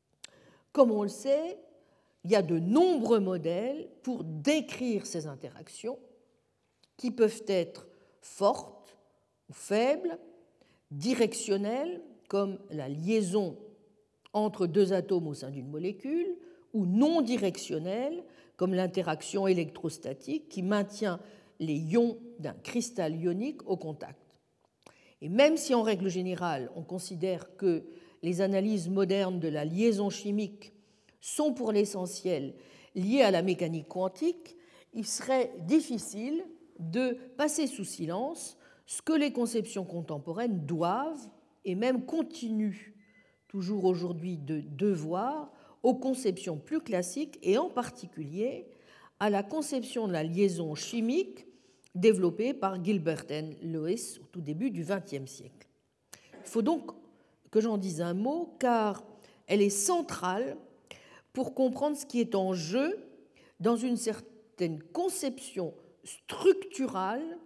Comme on le sait, il y a de nombreux modèles pour décrire ces interactions qui peuvent être fortes ou faibles, directionnelles, comme la liaison entre deux atomes au sein d'une molécule, ou non directionnelles, comme l'interaction électrostatique qui maintient les ions d'un cristal ionique au contact. Et même si en règle générale on considère que les analyses modernes de la liaison chimique sont pour l'essentiel liées à la mécanique quantique, il serait difficile de passer sous silence ce que les conceptions contemporaines doivent et même continuent toujours aujourd'hui de devoir aux conceptions plus classiques et en particulier à la conception de la liaison chimique développée par Gilbert and Lewis au tout début du vingtième siècle. Il faut donc que j'en dise un mot car elle est centrale pour comprendre ce qui est en jeu dans une certaine conception structurale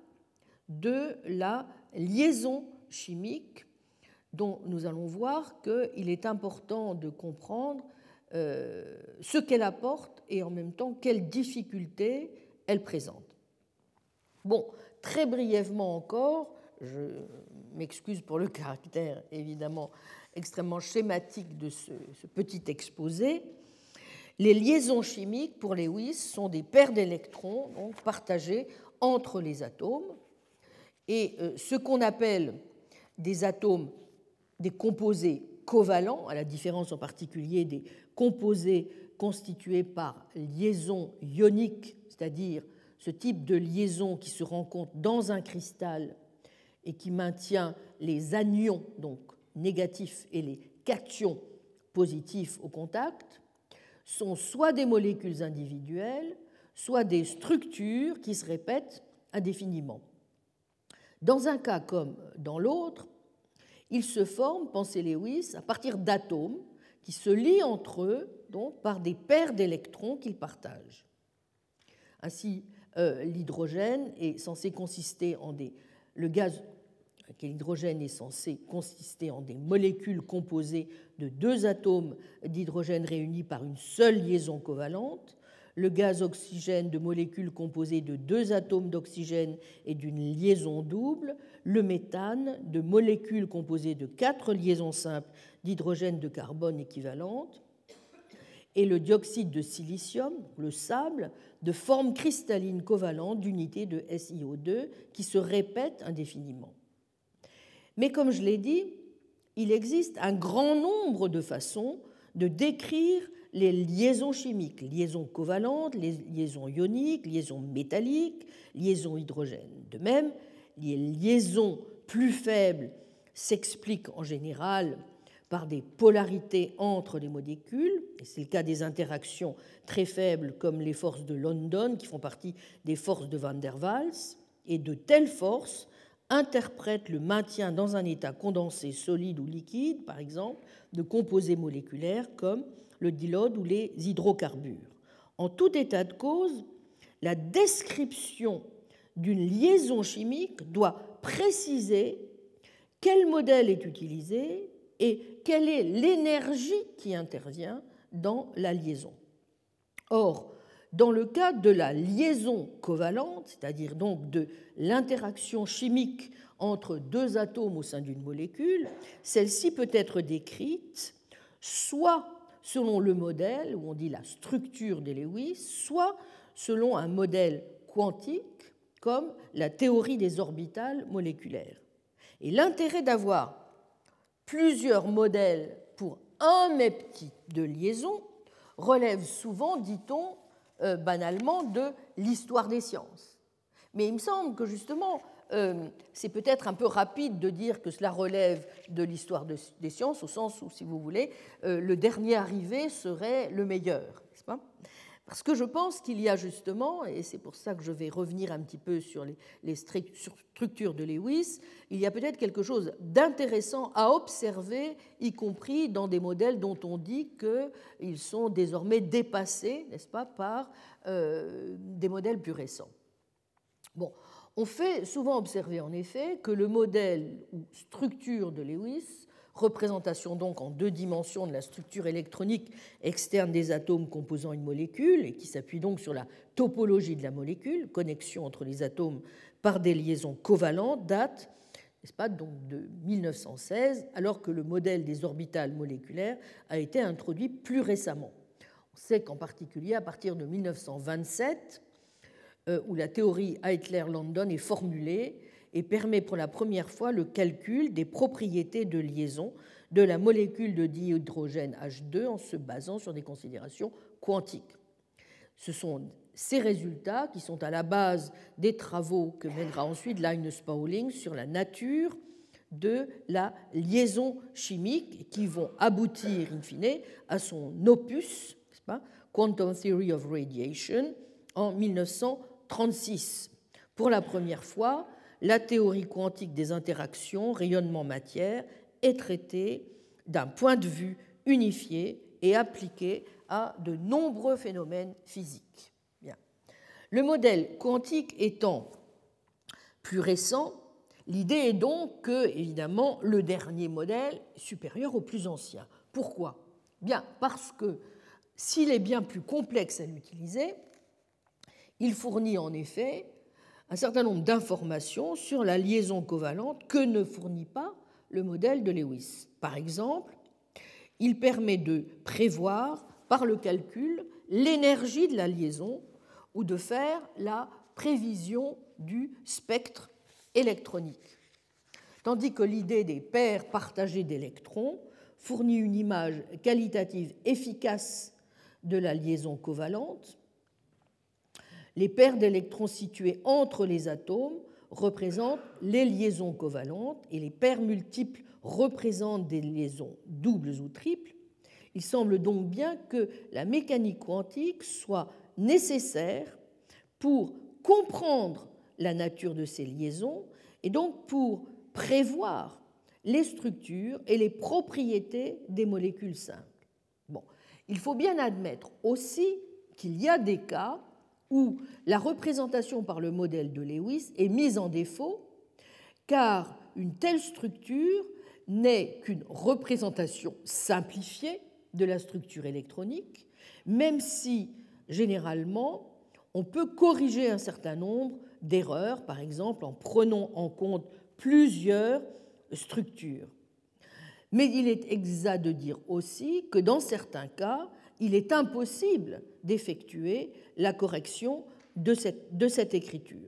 de la liaison chimique dont nous allons voir qu'il est important de comprendre euh, ce qu'elle apporte et en même temps quelles difficultés elle présente. Bon, très brièvement encore, je m'excuse pour le caractère évidemment extrêmement schématique de ce, ce petit exposé. Les liaisons chimiques pour Lewis sont des paires d'électrons donc partagées entre les atomes et euh, ce qu'on appelle des atomes, des composés covalents, à la différence en particulier des composés constitués par liaison ionique, c'est-à-dire ce type de liaison qui se rencontre dans un cristal et qui maintient les anions, donc négatifs, et les cations positifs au contact, sont soit des molécules individuelles, soit des structures qui se répètent indéfiniment. Dans un cas comme dans l'autre, ils se forment, pensait Lewis, à partir d'atomes qui se lient entre eux donc, par des paires d'électrons qu'ils partagent. Ainsi, euh, l'hydrogène est censé consister en des... Le gaz l'hydrogène est censé consister en des molécules composées de deux atomes d'hydrogène réunis par une seule liaison covalente, le gaz oxygène de molécules composées de deux atomes d'oxygène et d'une liaison double, le méthane de molécules composées de quatre liaisons simples d'hydrogène de carbone équivalentes, et le dioxyde de silicium, le sable, de forme cristalline covalente d'unités de S i O deux qui se répètent indéfiniment. Mais comme je l'ai dit, il existe un grand nombre de façons de décrire les liaisons chimiques, liaisons covalentes, les liaisons ioniques, liaisons métalliques, liaisons hydrogènes. De même, les liaisons plus faibles s'expliquent en général par des polarités entre les molécules, et c'est le cas des interactions très faibles comme les forces de London qui font partie des forces de Van der Waals, et de telles forces interprètent le maintien dans un état condensé solide ou liquide, par exemple, de composés moléculaires comme le dilode ou les hydrocarbures. En tout état de cause, la description d'une liaison chimique doit préciser quel modèle est utilisé et quelle est l'énergie qui intervient dans la liaison. Or, dans le cas de la liaison covalente, c'est-à-dire donc de l'interaction chimique entre deux atomes au sein d'une molécule, celle-ci peut être décrite soit selon le modèle, où on dit la structure de Lewis, soit selon un modèle quantique, comme la théorie des orbitales moléculaires. Et l'intérêt d'avoir plusieurs modèles pour un même type de liaison relève souvent, dit-on, euh, banalement, de l'histoire des sciences. Mais il me semble que justement, euh, c'est peut-être un peu rapide de dire que cela relève de l'histoire de, des sciences, au sens où, si vous voulez, euh, le dernier arrivé serait le meilleur, n'est-ce pas ? Parce que je pense qu'il y a justement, et c'est pour ça que je vais revenir un petit peu sur les, les structures de Lewis, il y a peut-être quelque chose d'intéressant à observer, y compris dans des modèles dont on dit qu'ils sont désormais dépassés, n'est-ce pas, par euh, des modèles plus récents. Bon, on fait souvent observer en effet que le modèle ou structure de Lewis, représentation donc en deux dimensions de la structure électronique externe des atomes composant une molécule et qui s'appuie donc sur la topologie de la molécule, connexion entre les atomes par des liaisons covalentes, date, n'est-ce pas, donc de mille neuf cent seize, alors que le modèle des orbitales moléculaires a été introduit plus récemment. On sait qu'en particulier à partir de mille neuf cent vingt-sept, euh, où la théorie Heitler-London est formulée, et permet pour la première fois le calcul des propriétés de liaison de la molécule de dihydrogène H deux en se basant sur des considérations quantiques. Ce sont ces résultats qui sont à la base des travaux que mènera ensuite Linus Pauling sur la nature de la liaison chimique et qui vont aboutir, in fine, à son opus, n'est-ce pas, Quantum Theory of Radiation, en mille neuf cent trente-six. Pour la première fois, la théorie quantique des interactions rayonnement-matière est traitée d'un point de vue unifié et appliqué à de nombreux phénomènes physiques. Bien. Le modèle quantique étant plus récent, l'idée est donc que, évidemment, le dernier modèle est supérieur au plus ancien. Pourquoi ? Bien, parce que s'il est bien plus complexe à l'utiliser, il fournit en effet un certain nombre d'informations sur la liaison covalente que ne fournit pas le modèle de Lewis. Par exemple, il permet de prévoir par le calcul l'énergie de la liaison ou de faire la prévision du spectre électronique. Tandis que l'idée des paires partagées d'électrons fournit une image qualitative efficace de la liaison covalente. Les paires d'électrons situées entre les atomes représentent les liaisons covalentes et les paires multiples représentent des liaisons doubles ou triples. Il semble donc bien que la mécanique quantique soit nécessaire pour comprendre la nature de ces liaisons et donc pour prévoir les structures et les propriétés des molécules simples. Bon, il faut bien admettre aussi qu'il y a des cas où la représentation par le modèle de Lewis est mise en défaut, car une telle structure n'est qu'une représentation simplifiée de la structure électronique, même si, généralement, on peut corriger un certain nombre d'erreurs, par exemple en prenant en compte plusieurs structures. Mais il est exact de dire aussi que dans certains cas, il est impossible d'effectuer la correction de cette, de cette écriture.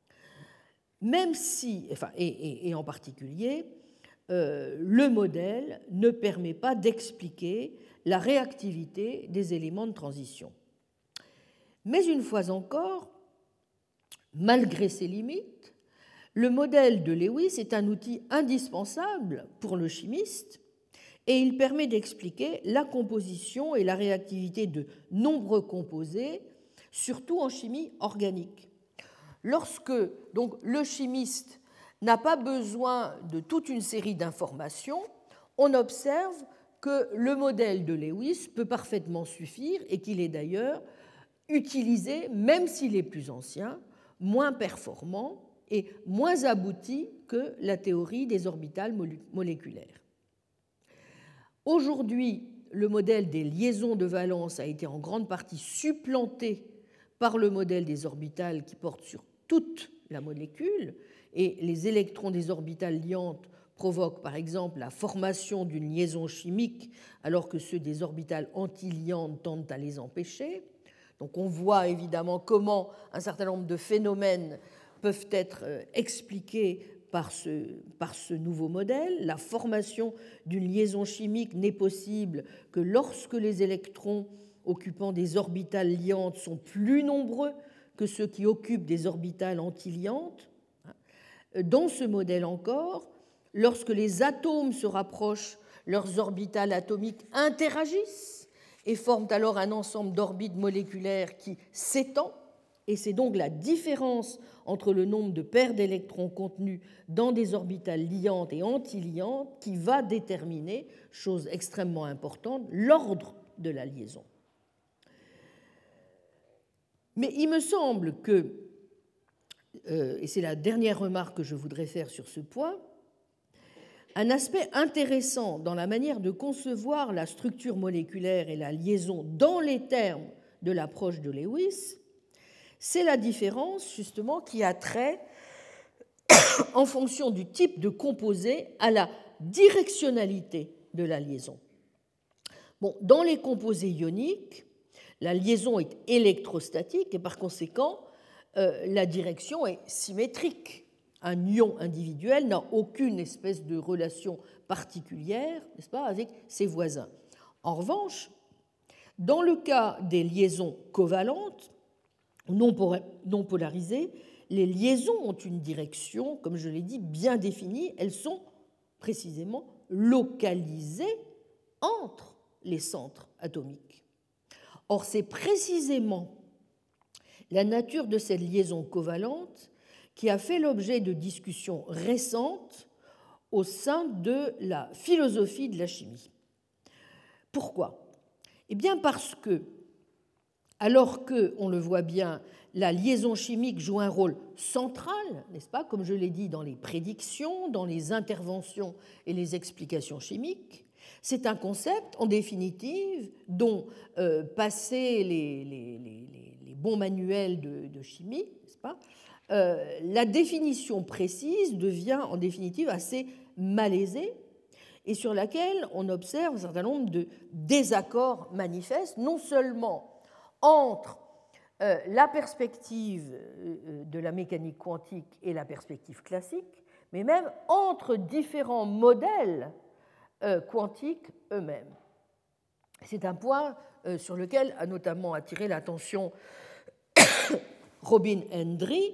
Même si, enfin, et, et, et en particulier, euh, le modèle ne permet pas d'expliquer la réactivité des éléments de transition. Mais une fois encore, malgré ses limites, le modèle de Lewis est un outil indispensable pour le chimiste et il permet d'expliquer la composition et la réactivité de nombreux composés, surtout en chimie organique. Lorsque donc, le chimiste n'a pas besoin de toute une série d'informations, on observe que le modèle de Lewis peut parfaitement suffire et qu'il est d'ailleurs utilisé, même s'il est plus ancien, moins performant et moins abouti que la théorie des orbitales moléculaires. Aujourd'hui, le modèle des liaisons de valence a été en grande partie supplanté par le modèle des orbitales qui porte sur toute la molécule, et les électrons des orbitales liantes provoquent par exemple la formation d'une liaison chimique alors que ceux des orbitales antiliantes tendent à les empêcher. Donc on voit évidemment comment un certain nombre de phénomènes peuvent être expliqués par ce, par ce nouveau modèle. La formation d'une liaison chimique n'est possible que lorsque les électrons occupant des orbitales liantes sont plus nombreux que ceux qui occupent des orbitales antiliantes. Dans ce modèle encore, lorsque les atomes se rapprochent, leurs orbitales atomiques interagissent et forment alors un ensemble d'orbites moléculaires qui s'étend, et c'est donc la différence entre le nombre de paires d'électrons contenus dans des orbitales liantes et antiliantes qui va déterminer, chose extrêmement importante, l'ordre de la liaison. Mais il me semble que, euh, et c'est la dernière remarque que je voudrais faire sur ce point, un aspect intéressant dans la manière de concevoir la structure moléculaire et la liaison dans les termes de l'approche de Lewis, c'est la différence justement qui a trait en fonction du type de composé à la directionnalité de la liaison. Bon, dans les composés ioniques, la liaison est électrostatique et par conséquent, euh, la direction est symétrique. Un ion individuel n'a aucune espèce de relation particulière, n'est-ce pas, avec ses voisins. En revanche, dans le cas des liaisons covalentes, non polarisées, les liaisons ont une direction, comme je l'ai dit, bien définie. Elles sont précisément localisées entre les centres atomiques. Or, c'est précisément la nature de cette liaison covalente qui a fait l'objet de discussions récentes au sein de la philosophie de la chimie. Pourquoi ? Eh bien parce que, alors que, on le voit bien, la liaison chimique joue un rôle central, n'est-ce pas, comme je l'ai dit, dans les prédictions, dans les interventions et les explications chimiques, c'est un concept, en définitive, dont, euh, passés les, les, les, les bons manuels de, de chimie, n'est-ce pas, euh, la définition précise devient, en définitive, assez malaisée et sur laquelle on observe un certain nombre de désaccords manifestes, non seulement entre euh, la perspective de la mécanique quantique et la perspective classique, mais même entre différents modèles euh, quantiques eux-mêmes. C'est un point euh, sur lequel a notamment attiré l'attention Robin Hendry,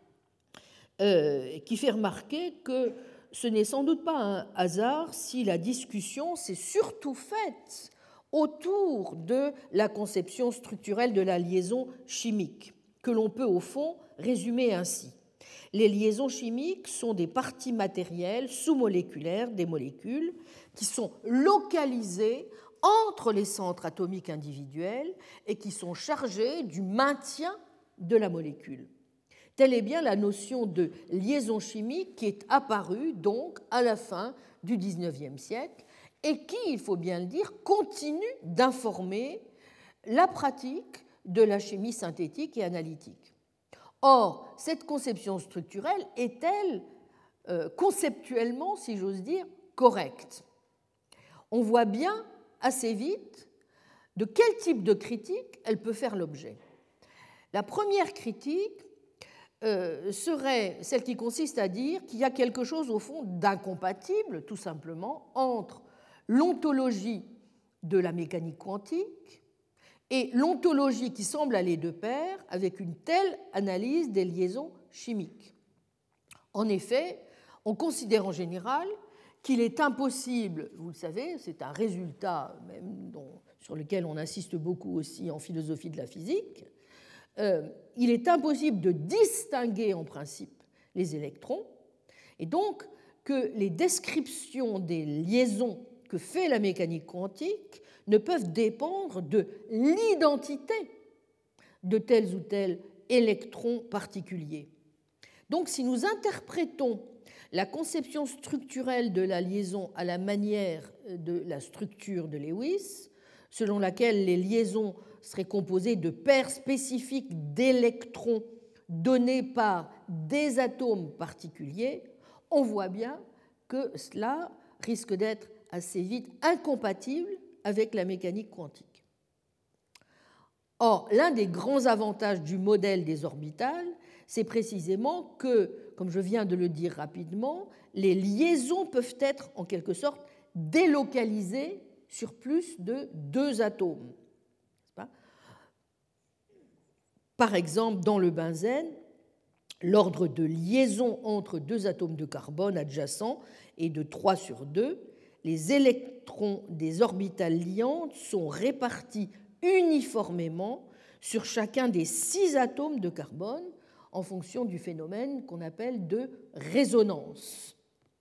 euh, qui fait remarquer que ce n'est sans doute pas un hasard si la discussion s'est surtout faite autour de la conception structurelle de la liaison chimique, que l'on peut au fond résumer ainsi. les liaisons chimiques sont des parties matérielles sous-moléculaires des molécules qui sont localisées entre les centres atomiques individuels et qui sont chargées du maintien de la molécule. Telle est bien la notion de liaison chimique qui est apparue donc à la fin du dix-neuvième siècle et qui, il faut bien le dire, continue d'informer la pratique de la chimie synthétique et analytique. Or, cette conception structurelle est-elle euh, conceptuellement, si j'ose dire, correcte? On voit bien assez vite de quel type de critique elle peut faire l'objet. La première critique euh, serait celle qui consiste à dire qu'il y a quelque chose au fond d'incompatible, tout simplement, entre l'ontologie de la mécanique quantique et l'ontologie qui semble aller de pair avec une telle analyse des liaisons chimiques. En effet, on considère en général qu'il est impossible, vous le savez, c'est un résultat même dont, sur lequel on insiste beaucoup aussi en philosophie de la physique, euh, il est impossible de distinguer en principe les électrons, et donc que les descriptions des liaisons que fait la mécanique quantique ne peuvent dépendre de l'identité de tels ou tels électrons particuliers. Donc, si nous interprétons la conception structurelle de la liaison à la manière de la structure de Lewis, selon laquelle les liaisons seraient composées de paires spécifiques d'électrons donnés par des atomes particuliers, on voit bien que cela risque d'être assez vite incompatible avec la mécanique quantique. Or, l'un des grands avantages du modèle des orbitales, c'est précisément que, comme je viens de le dire rapidement, les liaisons peuvent être en quelque sorte délocalisées sur plus de deux atomes. Par exemple, dans le benzène, l'ordre de liaison entre deux atomes de carbone adjacents est de trois sur deux. Les électrons des orbitales liantes sont répartis uniformément sur chacun des six atomes de carbone en fonction du phénomène qu'on appelle de résonance.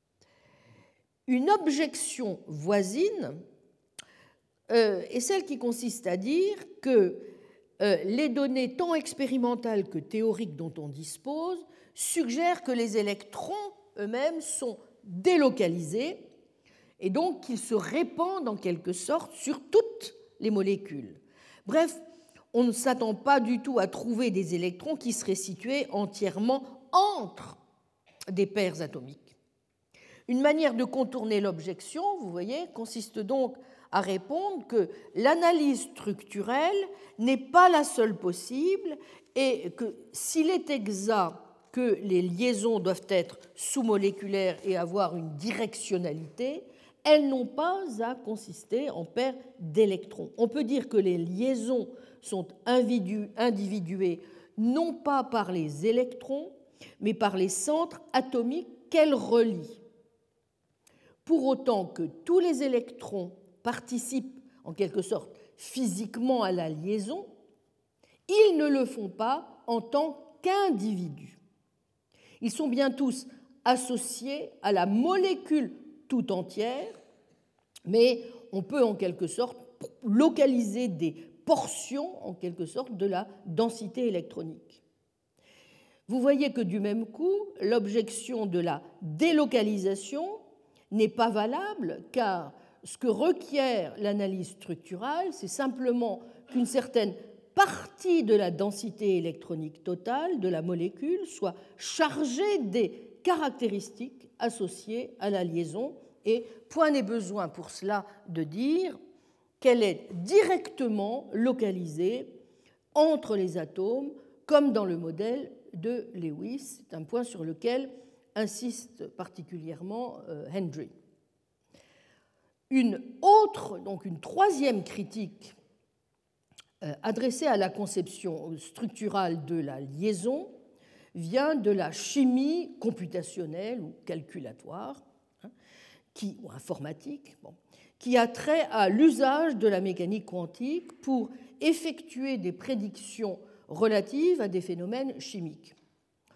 Une objection voisine euh, est celle qui consiste à dire que euh, les données tant expérimentales que théoriques dont on dispose suggèrent que les électrons eux-mêmes sont délocalisés et donc qu'ils se répandent en quelque sorte sur toutes les molécules. Bref, on ne s'attend pas du tout à trouver des électrons qui seraient situés entièrement entre des paires atomiques. Une manière de contourner l'objection, vous voyez, consiste donc à répondre que l'analyse structurelle n'est pas la seule possible et que s'il est exact que les liaisons doivent être sous-moléculaires et avoir une directionnalité, elles n'ont pas à consister en paires d'électrons. On peut dire que les liaisons sont individuées non pas par les électrons, mais par les centres atomiques qu'elles relient. Pour autant que tous les électrons participent en quelque sorte physiquement à la liaison, ils ne le font pas en tant qu'individus. Ils sont bien tous associés à la molécule tout entière, mais on peut en quelque sorte localiser des portions en quelque sorte de la densité électronique. Vous voyez que du même coup, l'objection de la délocalisation n'est pas valable car ce que requiert l'analyse structurale, c'est simplement qu'une certaine partie de la densité électronique totale de la molécule soit chargée des caractéristiques associées à la liaison et point n'est besoin pour cela de dire qu'elle est directement localisée entre les atomes comme dans le modèle de Lewis. C'est un point sur lequel insiste particulièrement Hendry. Une autre, donc une troisième critique adressée à la conception structurale de la liaison vient de la chimie computationnelle ou calculatoire, hein, qui, ou informatique, bon, qui a trait à l'usage de la mécanique quantique pour effectuer des prédictions relatives à des phénomènes chimiques.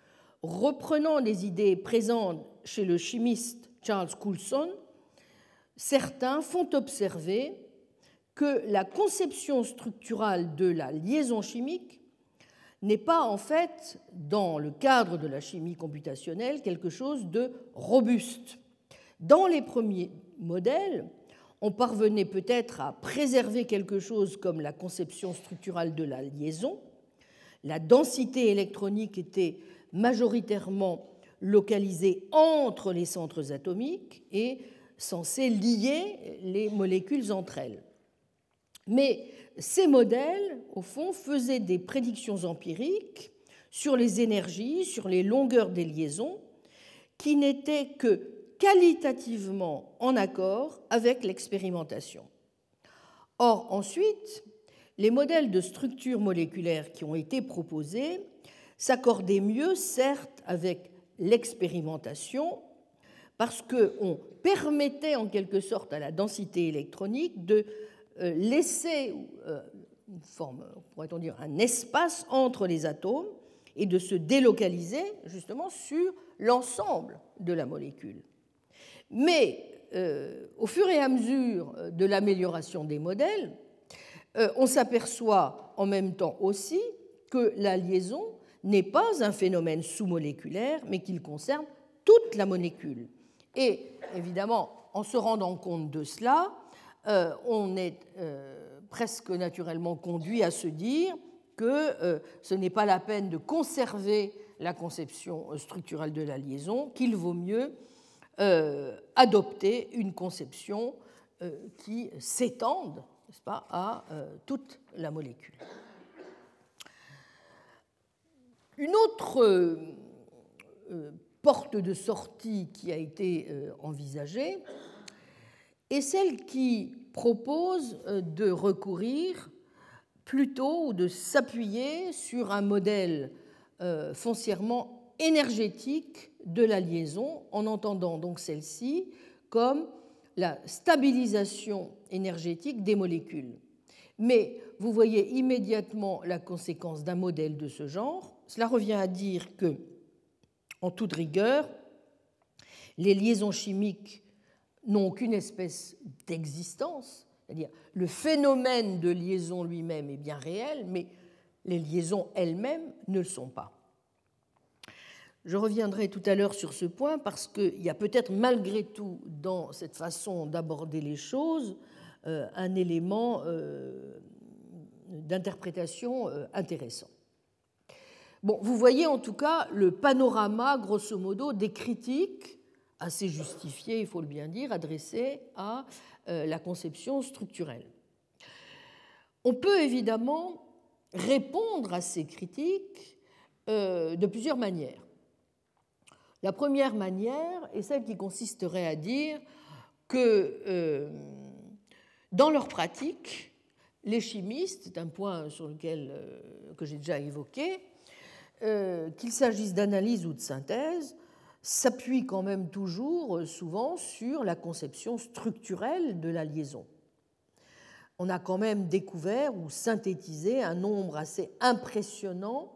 reprenant les idées présentes chez le chimiste Charles Coulson, certains font observer que la conception structurale de la liaison chimique n'est pas en fait, dans le cadre de la chimie computationnelle, quelque chose de robuste. Dans les premiers modèles, on parvenait peut-être à préserver quelque chose comme la conception structurale de la liaison. La densité électronique était majoritairement localisée entre les centres atomiques et censée lier les molécules entre elles. Mais ces modèles, au fond, faisaient des prédictions empiriques sur les énergies, sur les longueurs des liaisons, qui n'étaient que qualitativement en accord avec l'expérimentation. Or, ensuite, les modèles de structure moléculaire qui ont été proposés s'accordaient mieux, certes, avec l'expérimentation, parce qu'on permettait en quelque sorte à la densité électronique de laisser une forme, pourrait-on dire, un espace entre les atomes et de se délocaliser justement sur l'ensemble de la molécule. Mais euh, au fur et à mesure de l'amélioration des modèles, euh, on s'aperçoit en même temps aussi que la liaison n'est pas un phénomène sous-moléculaire, mais qu'il concerne toute la molécule. Et évidemment, en se rendant compte de cela, euh, on est euh, presque naturellement conduit à se dire que euh, ce n'est pas la peine de conserver la conception structurelle de la liaison, qu'il vaut mieux euh, adopter une conception euh, qui s'étende, n'est-ce pas, à euh, toute la molécule. Une autre euh, porte de sortie qui a été euh, envisagée est celle qui propose euh, de recourir plutôt ou de s'appuyer sur un modèle euh, foncièrement énergétique de la liaison, en entendant donc celle-ci comme la stabilisation énergétique des molécules. Mais vous voyez immédiatement la conséquence d'un modèle de ce genre. Cela revient à dire que, en toute rigueur, les liaisons chimiques n'ont aucune espèce d'existence, c'est-à-dire le phénomène de liaison lui-même est bien réel, mais les liaisons elles-mêmes ne le sont pas. Je reviendrai tout à l'heure sur ce point parce qu'il y a peut-être malgré tout dans cette façon d'aborder les choses euh, un élément euh, d'interprétation euh, intéressant. Bon, vous voyez en tout cas le panorama, grosso modo, des critiques assez justifiées, il faut le bien dire, adressées à euh, la conception structurelle. On peut évidemment répondre à ces critiques euh, de plusieurs manières. La première manière est celle qui consisterait à dire que euh, dans leur pratique, les chimistes, c'est un point sur lequel, euh, que j'ai déjà évoqué, euh, qu'il s'agisse d'analyse ou de synthèse, s'appuient quand même toujours, euh, souvent, sur la conception structurelle de la liaison. On a quand même découvert ou synthétisé un nombre assez impressionnant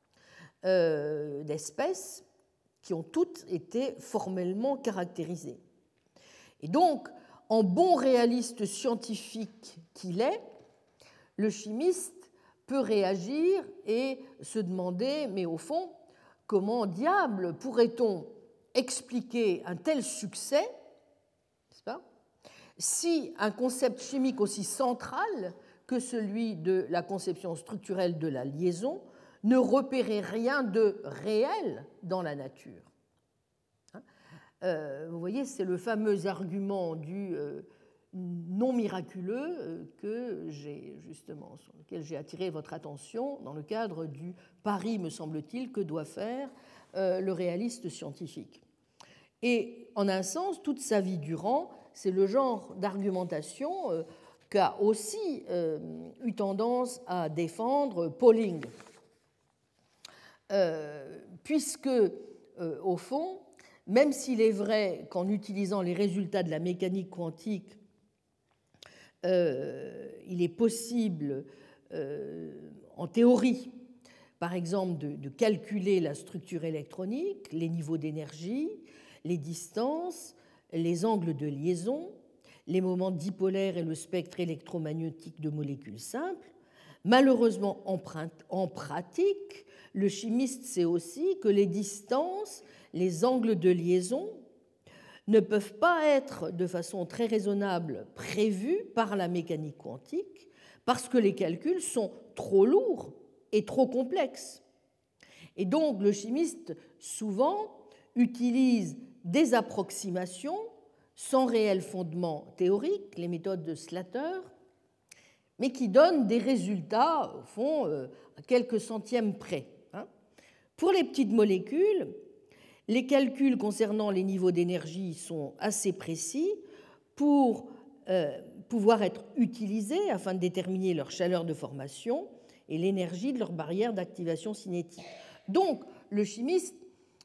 euh, d'espèces qui ont toutes été formellement caractérisées. Et donc, en bon réaliste scientifique qu'il est, le chimiste peut réagir et se demander, mais au fond, comment diable pourrait-on expliquer un tel succès, n'est-ce pas, si un concept chimique aussi central que celui de la conception structurelle de la liaison ne repérait rien de réel dans la nature. Euh, vous voyez, c'est le fameux argument du euh, non miraculeux euh, que j'ai justement, sur lequel j'ai attiré votre attention dans le cadre du pari, me semble-t-il, que doit faire euh, le réaliste scientifique. Et en un sens, toute sa vie durant, c'est le genre d'argumentation euh, qu'a aussi euh, eu tendance à défendre Pauling. Euh, puisque, euh, au fond, même s'il est vrai qu'en utilisant les résultats de la mécanique quantique, euh, il est possible, euh, en théorie, par exemple de, de calculer la structure électronique, les niveaux d'énergie, les distances, les angles de liaison, les moments dipolaires et le spectre électromagnétique de molécules simples. Malheureusement, en, en pratique, le chimiste sait aussi que les distances, les angles de liaison ne peuvent pas être de façon très raisonnable prévus par la mécanique quantique parce que les calculs sont trop lourds et trop complexes. Et donc, le chimiste, souvent, utilise des approximations sans réel fondement théorique, les méthodes de Slater, mais qui donnent des résultats, au fond, à quelques centièmes près. Pour les petites molécules, les calculs concernant les niveaux d'énergie sont assez précis pour euh, pouvoir être utilisés afin de déterminer leur chaleur de formation et l'énergie de leur barrière d'activation cinétique. Donc, le chimiste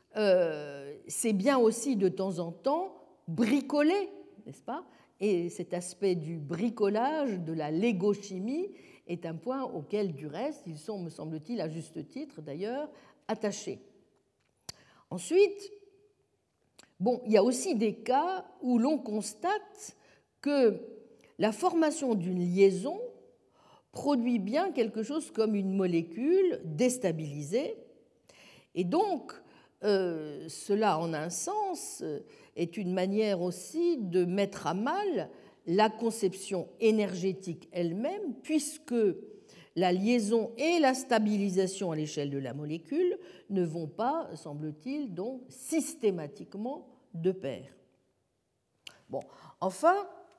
euh, sait bien aussi de temps en temps bricoler, n'est-ce pas ? Et cet aspect du bricolage, de la légochimie, est un point auquel, du reste, ils sont, me semble-t-il, à juste titre d'ailleurs, attachés. Ensuite, bon, il y a aussi des cas où l'on constate que la formation d'une liaison produit bien quelque chose comme une molécule déstabilisée. Et donc, euh, cela, en un sens, est une manière aussi de mettre à mal la conception énergétique elle-même, puisque la liaison et la stabilisation à l'échelle de la molécule ne vont pas, semble-t-il, donc systématiquement de pair. Bon, enfin,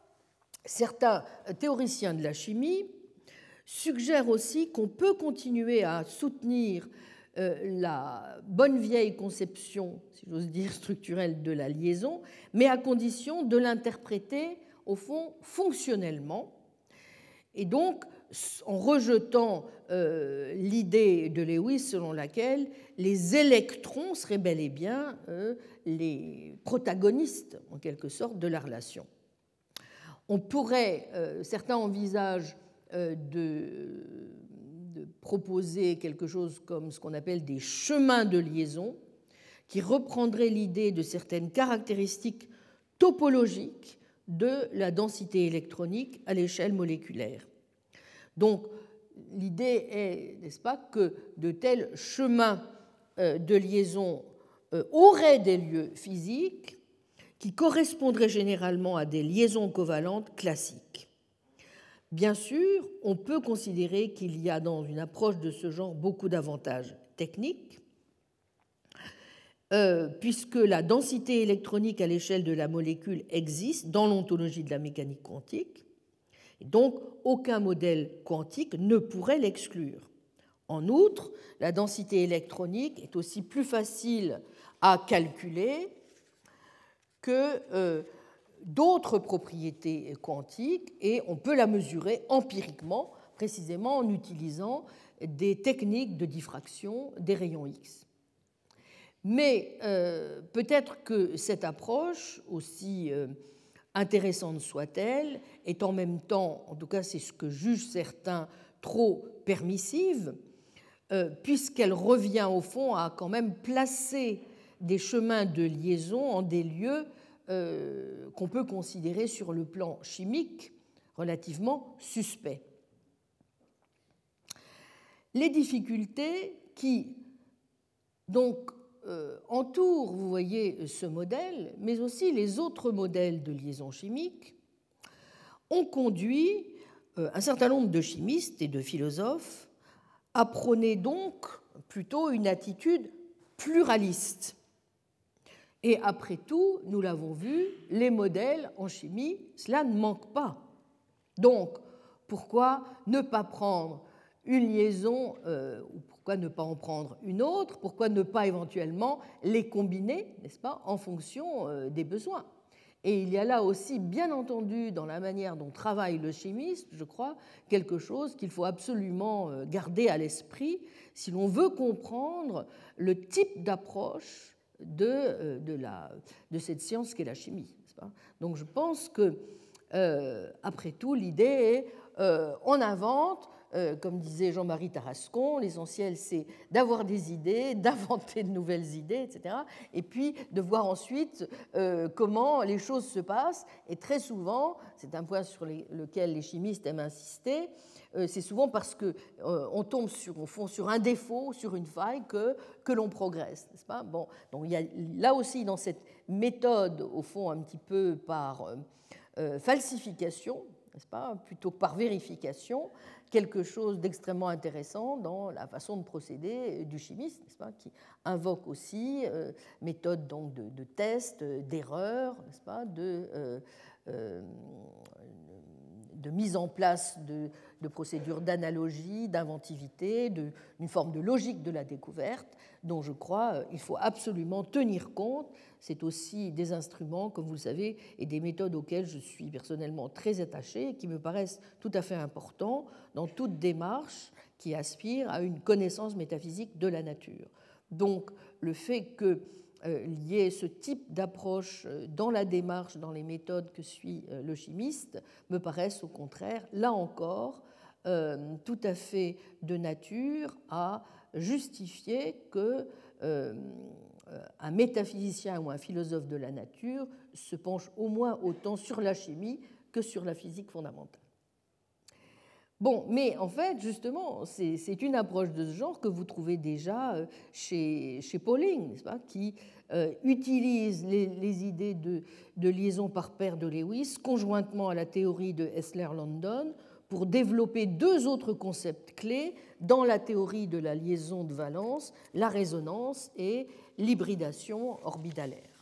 certains théoriciens de la chimie suggèrent aussi qu'on peut continuer à soutenir euh, la bonne vieille conception, si j'ose dire, structurelle de la liaison, mais à condition de l'interpréter, au fond, fonctionnellement. Et donc, en rejetant euh, l'idée de Lewis selon laquelle les électrons seraient bel et bien euh, les protagonistes, en quelque sorte, de la relation. On pourrait, euh, certains envisagent euh, de, de proposer quelque chose comme ce qu'on appelle des chemins de liaison, qui reprendraient l'idée de certaines caractéristiques topologiques de la densité électronique à l'échelle moléculaire. Donc, l'idée est, n'est-ce pas, que de tels chemins de liaison auraient des lieux physiques qui correspondraient généralement à des liaisons covalentes classiques. Bien sûr, on peut considérer qu'il y a dans une approche de ce genre beaucoup d'avantages techniques, euh, puisque la densité électronique à l'échelle de la molécule existe dans l'ontologie de la mécanique quantique. Et donc, aucun modèle quantique ne pourrait l'exclure. En outre, la densité électronique est aussi plus facile à calculer que euh, d'autres propriétés quantiques et on peut la mesurer empiriquement, précisément en utilisant des techniques de diffraction des rayons X. Mais euh, peut-être que cette approche, aussi euh, intéressante soit-elle, est en même temps, en tout cas c'est ce que jugent certains, trop permissive, euh, puisqu'elle revient au fond à quand même placer des chemins de liaison en des lieux euh, qu'on peut considérer sur le plan chimique relativement suspects. Les difficultés qui donc euh, entourent, vous voyez, ce modèle, mais aussi les autres modèles de liaison chimique, ont conduit euh, un certain nombre de chimistes et de philosophes à prôner donc plutôt une attitude pluraliste. Et après tout, nous l'avons vu, les modèles en chimie, cela ne manque pas. Donc, pourquoi ne pas prendre une liaison, euh, ou pourquoi ne pas en prendre une autre, pourquoi ne pas éventuellement les combiner, n'est-ce pas, en fonction euh, des besoins. Et il y a là aussi, bien entendu, dans la manière dont travaille le chimiste, je crois, quelque chose qu'il faut absolument garder à l'esprit si l'on veut comprendre le type d'approche de, de, la, de cette science qu'est la chimie. N'est-ce pas ? Donc je pense que, euh, après tout, l'idée est euh, on invente euh, comme disait Jean-Marie Tarascon, l'essentiel c'est d'avoir des idées, d'inventer de nouvelles idées, et cetera. Et puis de voir ensuite euh, comment les choses se passent. Et très souvent, c'est un point sur les, lequel les chimistes aiment insister, euh, c'est souvent parce qu'on euh, tombe sur, au fond, sur un défaut, sur une faille, que, que l'on progresse, n'est-ce pas? Bon, donc il y a là aussi dans cette méthode, au fond, un petit peu par euh, euh, falsification, n'est-ce pas, plutôt que par vérification, quelque chose d'extrêmement intéressant dans la façon de procéder du chimiste, n'est-ce pas, qui invoque aussi euh, méthode donc de, de test, d'erreur, n'est-ce pas, de, euh, euh, de mise en place de, de procédures d'analogie, d'inventivité, d'une forme de logique de la découverte, dont je crois euh, il faut absolument tenir compte. C'est aussi des instruments, comme vous le savez, et des méthodes auxquelles je suis personnellement très attachée et qui me paraissent tout à fait importants dans toute démarche qui aspire à une connaissance métaphysique de la nature. Donc, le fait qu'il euh, y ait ce type d'approche dans la démarche, dans les méthodes que suit euh, le chimiste, me paraissent au contraire, là encore, euh, tout à fait de nature à justifier que euh, un métaphysicien ou un philosophe de la nature se penche au moins autant sur la chimie que sur la physique fondamentale. Bon, mais en fait, justement, c'est une approche de ce genre que vous trouvez déjà chez, chez Pauling, n'est-ce pas, qui euh, utilise les, les idées de, de liaison par paire de Lewis conjointement à la théorie de Heisler-London pour développer deux autres concepts clés dans la théorie de la liaison de valence, la résonance et l'hybridation orbitalaire.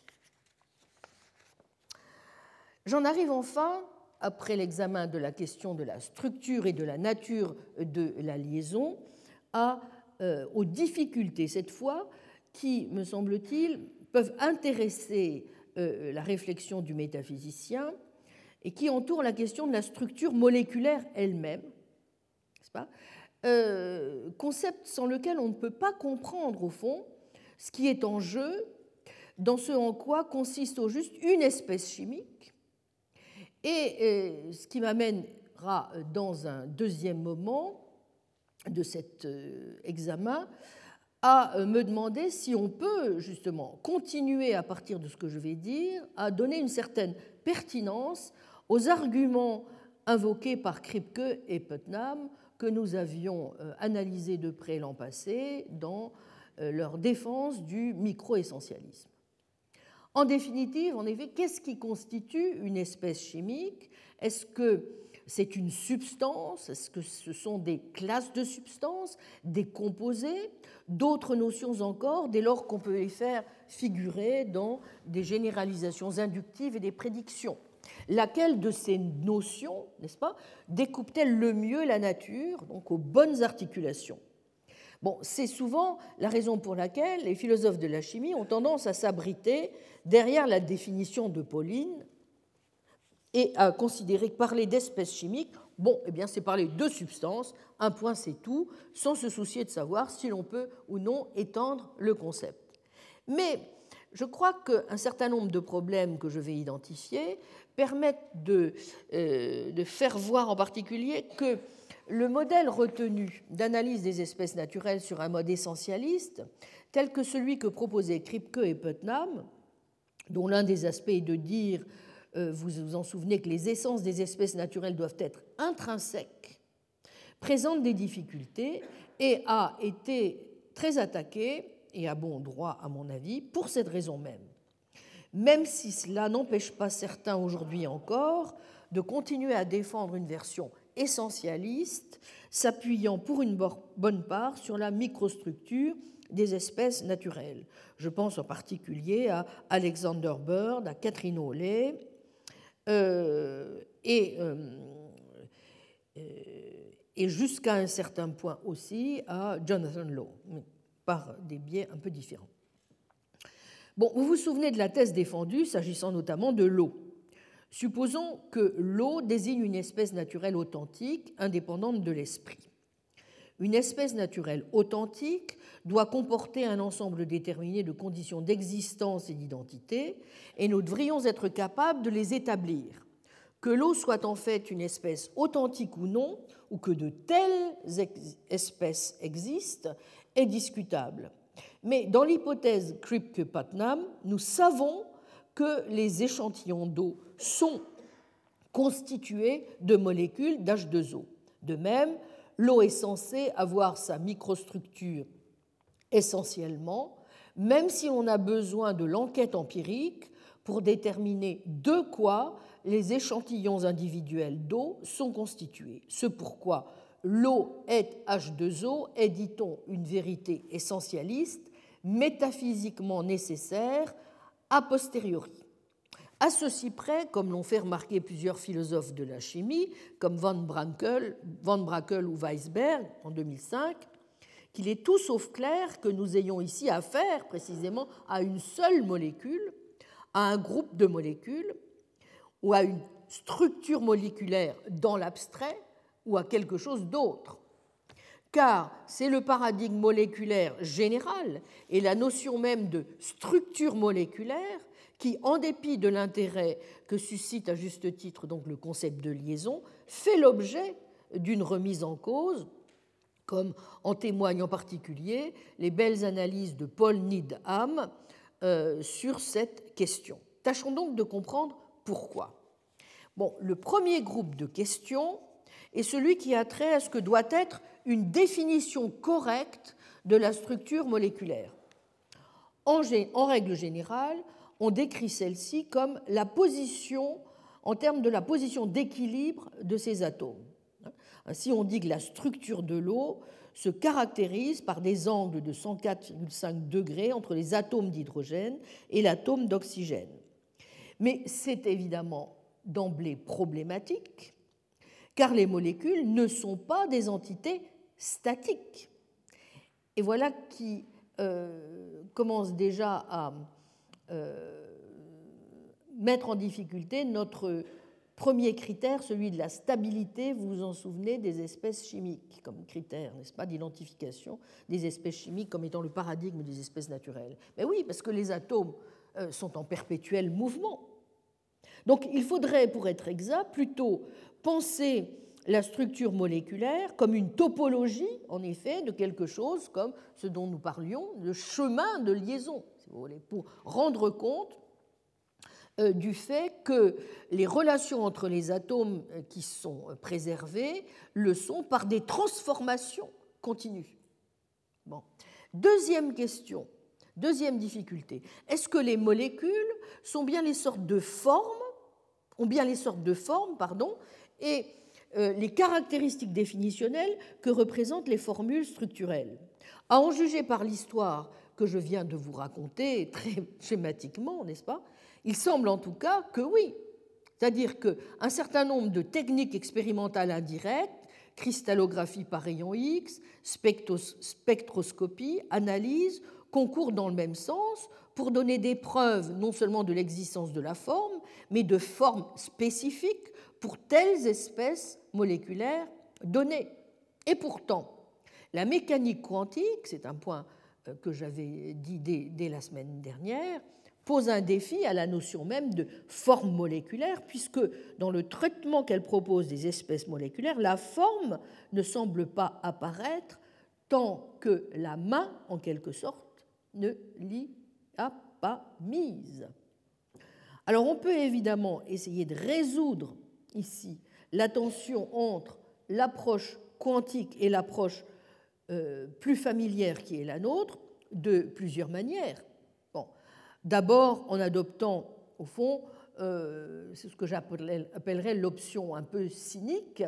J'en arrive enfin, après l'examen de la question de la structure et de la nature de la liaison, à, euh, aux difficultés, cette fois, qui, me semble-t-il, peuvent intéresser euh, la réflexion du métaphysicien et qui entourent la question de la structure moléculaire elle-même, n'est-ce pas ? Euh, concept sans lequel on ne peut pas comprendre, au fond, ce qui est en jeu, dans ce en quoi consiste au juste une espèce chimique, et euh, ce qui m'amènera dans un deuxième moment de cet euh, examen à me demander si on peut justement continuer à partir de ce que je vais dire à donner une certaine pertinence aux arguments invoqués par Kripke et Putnam que nous avions euh, analysés de près l'an passé dans euh, leur défense du micro-essentialisme. En définitive, en effet, qu'est-ce qui constitue une espèce chimique? Est-ce que c'est une substance? Est-ce que ce sont des classes de substances, des composés, d'autres notions encore, dès lors qu'on peut les faire figurer dans des généralisations inductives et des prédictions? Laquelle de ces notions, n'est-ce pas, découpe-t-elle le mieux la nature, donc aux bonnes articulations? Bon, c'est souvent la raison pour laquelle les philosophes de la chimie ont tendance à s'abriter derrière la définition de Pauling et à considérer que parler d'espèces chimiques, bon, eh bien, c'est parler de substances, un point c'est tout, sans se soucier de savoir si l'on peut ou non étendre le concept. Mais je crois qu'un certain nombre de problèmes que je vais identifier permettent de, euh, de faire voir en particulier que le modèle retenu d'analyse des espèces naturelles sur un mode essentialiste, tel que celui que proposaient Kripke et Putnam, dont l'un des aspects est de dire, euh, vous vous en souvenez, que les essences des espèces naturelles doivent être intrinsèques, présente des difficultés et a été très attaqué, et à bon droit à mon avis, pour cette raison même. Même si cela n'empêche pas certains aujourd'hui encore de continuer à défendre une version essentialiste, s'appuyant pour une bonne part sur la microstructure des espèces naturelles. Je pense en particulier à Alexander Bird, à Catherine Hawley euh, et, euh, et jusqu'à un certain point aussi à Jonathan Law, par des biais un peu différents. Bon, vous vous souvenez de la thèse défendue s'agissant notamment de l'eau. Supposons que l'eau désigne une espèce naturelle authentique, indépendante de l'esprit. Une espèce naturelle authentique doit comporter un ensemble déterminé de conditions d'existence et d'identité, et nous devrions être capables de les établir. Que l'eau soit en fait une espèce authentique ou non, ou que de telles espèces existent, est discutable. Mais dans l'hypothèse Kripke-Putnam, nous savons que les échantillons d'eau sont constitués de molécules d'H deux O. De même, l'eau est censée avoir sa microstructure essentiellement, même si on a besoin de l'enquête empirique pour déterminer de quoi les échantillons individuels d'eau sont constitués. Ce pourquoi l'eau est H deux O est, dit-on, une vérité essentialiste, métaphysiquement nécessaire a posteriori. À ceci près, comme l'ont fait remarquer plusieurs philosophes de la chimie, comme Van Brakel, Van Brakel ou Weisberg en deux mille cinq, qu'il est tout sauf clair que nous ayons ici affaire précisément à une seule molécule, à un groupe de molécules, ou à une structure moléculaire dans l'abstrait, ou à quelque chose d'autre. Car c'est le paradigme moléculaire général et la notion même de structure moléculaire qui, en dépit de l'intérêt que suscite à juste titre donc le concept de liaison, fait l'objet d'une remise en cause, comme en témoignent en particulier les belles analyses de Paul Needham euh, sur cette question. Tâchons donc de comprendre pourquoi. Bon, le premier groupe de questions est celui qui a trait à ce que doit être une définition correcte de la structure moléculaire. En, en règle générale, on décrit celle-ci comme la position, en termes de la position d'équilibre de ces atomes. Ainsi, on dit que la structure de l'eau se caractérise par des angles de cent quatre virgule cinq degrés entre les atomes d'hydrogène et l'atome d'oxygène. Mais c'est évidemment d'emblée problématique, car les molécules ne sont pas des entités statiques. Et voilà qui euh, commence déjà à euh, mettre en difficulté notre premier critère, celui de la stabilité, vous vous en souvenez, des espèces chimiques, comme critère, n'est-ce pas, d'identification des espèces chimiques comme étant le paradigme des espèces naturelles. Mais oui, parce que les atomes euh, sont en perpétuel mouvement. Donc il faudrait, pour être exact, plutôt penser la structure moléculaire comme une topologie, en effet, de quelque chose comme ce dont nous parlions, le chemin de liaison, si vous voulez, pour rendre compte euh, du fait que les relations entre les atomes qui sont préservés le sont par des transformations continues. Bon. Deuxième question, deuxième difficulté, est-ce que les molécules sont bien les sortes de formes, ont bien les sortes de formes, pardon, et euh, les caractéristiques définitionnelles que représentent les formules structurelles. À en juger par l'histoire que je viens de vous raconter, très schématiquement, n'est-ce pas, il semble en tout cas que oui. C'est-à-dire qu'un certain nombre de techniques expérimentales indirectes, cristallographie par rayon X, spectroscopie, analyse, concourent dans le même sens pour donner des preuves non seulement de l'existence de la forme, mais de formes spécifiques pour telles espèces moléculaires données. Et pourtant, la mécanique quantique, c'est un point que j'avais dit dès, dès la semaine dernière, pose un défi à la notion même de forme moléculaire, puisque dans le traitement qu'elle propose des espèces moléculaires, la forme ne semble pas apparaître tant que la main, en quelque sorte, ne l'y a pas mise. Alors on peut évidemment essayer de résoudre ici la tension entre l'approche quantique et l'approche euh, plus familière qui est la nôtre de plusieurs manières. Bon. D'abord en adoptant, au fond, euh, c'est ce que j'appellerais l'option un peu cynique,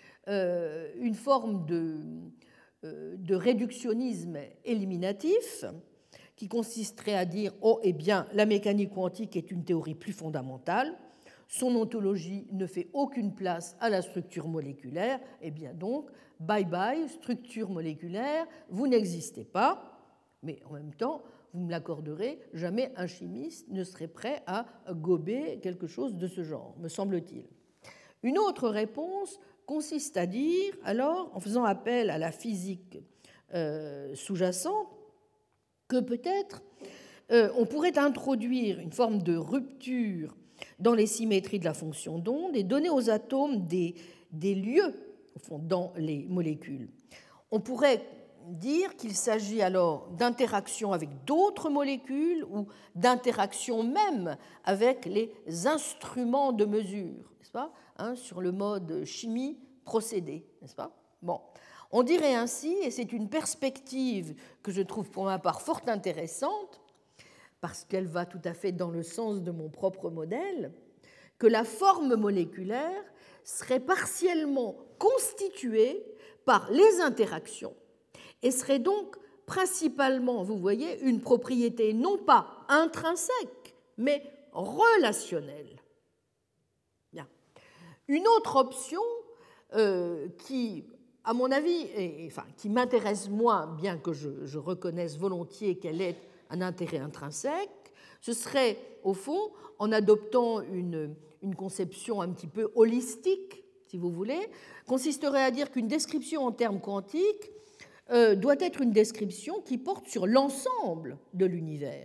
euh, une forme de, euh, de réductionnisme éliminatif qui consisterait à dire « Oh, eh bien, la mécanique quantique est une théorie plus fondamentale, son ontologie ne fait aucune place à la structure moléculaire, eh bien donc, bye bye, structure moléculaire, vous n'existez pas. » Mais en même temps, vous me l'accorderez, jamais un chimiste ne serait prêt à gober quelque chose de ce genre, me semble-t-il. Une autre réponse consiste à dire, alors, en faisant appel à la physique euh, sous-jacente, que peut-être euh, on pourrait introduire une forme de rupture dans les symétries de la fonction d'onde et donner aux atomes des, des lieux au fond, dans les molécules. On pourrait dire qu'il s'agit alors d'interactions avec d'autres molécules ou d'interactions même avec les instruments de mesure, n'est-ce pas, hein, sur le mode chimie procédé, n'est-ce pas? Bon, on dirait ainsi, et c'est une perspective que je trouve pour ma part fort intéressante, parce qu'elle va tout à fait dans le sens de mon propre modèle, que la forme moléculaire serait partiellement constituée par les interactions et serait donc principalement, vous voyez, une propriété non pas intrinsèque, mais relationnelle. Bien. Une autre option euh, qui, à mon avis, et, enfin, qui m'intéresse moins, bien que je, je reconnaisse volontiers qu'elle ait un intérêt intrinsèque, ce serait, au fond, en adoptant une, une conception un petit peu holistique, si vous voulez, consisterait à dire qu'une description en termes quantiques euh, doit être une description qui porte sur l'ensemble de l'univers.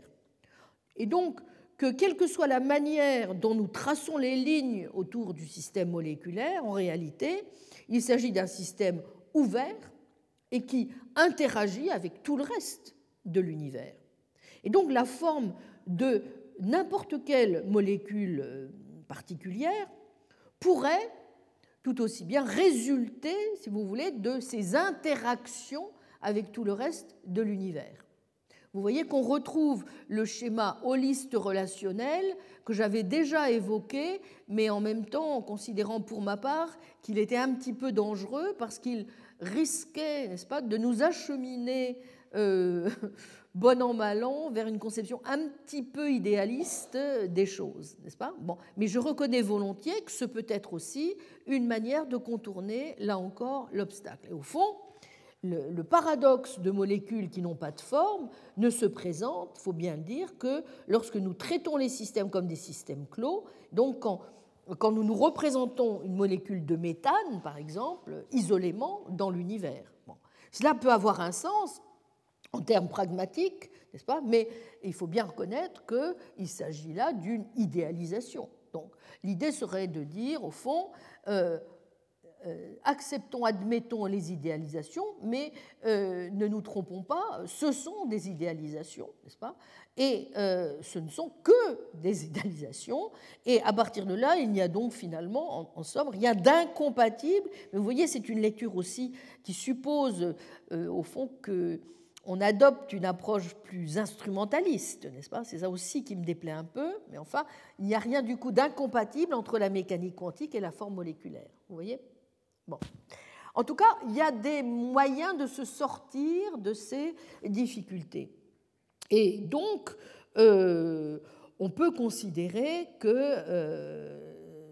Et donc, que quelle que soit la manière dont nous traçons les lignes autour du système moléculaire, en réalité, il s'agit d'un système ouvert et qui interagit avec tout le reste de l'univers. Et donc, la forme de n'importe quelle molécule particulière pourrait tout aussi bien résulter, si vous voulez, de ces interactions avec tout le reste de l'univers. Vous voyez qu'on retrouve le schéma holiste relationnel que j'avais déjà évoqué, mais en même temps en considérant pour ma part qu'il était un petit peu dangereux parce qu'il risquait, n'est-ce pas, de nous acheminer euh, bon an mal an vers une conception un petit peu idéaliste des choses, n'est-ce pas? Bon, mais je reconnais volontiers que ce peut être aussi une manière de contourner, là encore, l'obstacle. Et au fond, le, le paradoxe de molécules qui n'ont pas de forme ne se présente, il faut bien le dire, que lorsque nous traitons les systèmes comme des systèmes clos, donc quand, quand nous nous représentons une molécule de méthane, par exemple, isolément dans l'univers. Bon. Cela peut avoir un sens en termes pragmatiques, n'est-ce pas? Mais il faut bien reconnaître qu'il s'agit là d'une idéalisation. Donc, l'idée serait de dire, au fond, euh, euh, acceptons, admettons les idéalisations, mais euh, ne nous trompons pas, ce sont des idéalisations, n'est-ce pas? Et euh, ce ne sont que des idéalisations, et à partir de là, il n'y a donc finalement, en, en somme, rien d'incompatible. Mais vous voyez, c'est une lecture aussi qui suppose, euh, au fond, que on adopte une approche plus instrumentaliste, n'est-ce pas? C'est ça aussi qui me déplaît un peu, mais enfin, il n'y a rien du coup d'incompatible entre la mécanique quantique et la forme moléculaire. Vous voyez? Bon. En tout cas, il y a des moyens de se sortir de ces difficultés. Et donc, euh, on peut considérer que euh,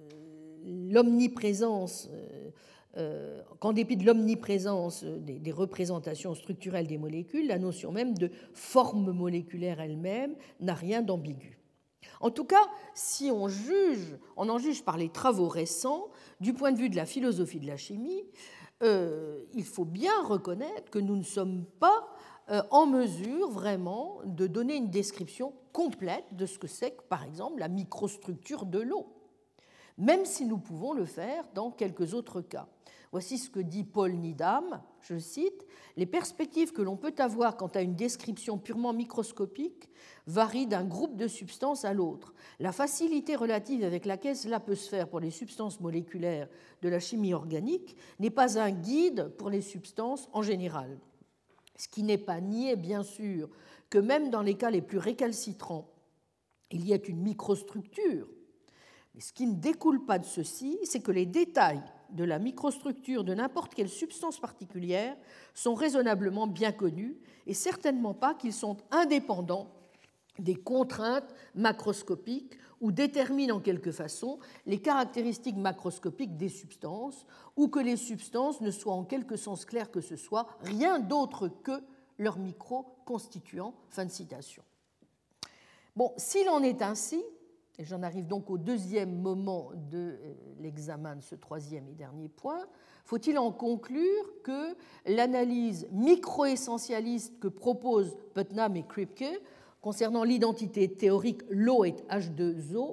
l'omniprésence... Euh, Euh, qu'en dépit de l'omniprésence des, des représentations structurelles des molécules, la notion même de forme moléculaire elle-même n'a rien d'ambigu. En tout cas, si on juge, on en juge par les travaux récents, du point de vue de la philosophie de la chimie, euh, il faut bien reconnaître que nous ne sommes pas euh, en mesure vraiment de donner une description complète de ce que c'est, par exemple, la microstructure de l'eau, même si nous pouvons le faire dans quelques autres cas. Voici ce que dit Paul Needham, je cite, « Les perspectives que l'on peut avoir quant à une description purement microscopique varient d'un groupe de substances à l'autre. La facilité relative avec laquelle cela peut se faire pour les substances moléculaires de la chimie organique n'est pas un guide pour les substances en général. Ce qui n'est pas nié, bien sûr, que même dans les cas les plus récalcitrants, il y ait une microstructure. Mais ce qui ne découle pas de ceci, c'est que les détails de la microstructure de n'importe quelle substance particulière sont raisonnablement bien connus et certainement pas qu'ils sont indépendants des contraintes macroscopiques ou déterminent en quelque façon les caractéristiques macroscopiques des substances ou que les substances ne soient en quelque sens claires que ce soit rien d'autre que leurs micro-constituants. Fin de citation. Bon, s'il en est ainsi, et j'en arrive donc au deuxième moment de l'examen de ce troisième et dernier point, faut-il en conclure que l'analyse micro-essentialiste que proposent Putnam et Kripke concernant l'identité théorique l'O est H deux O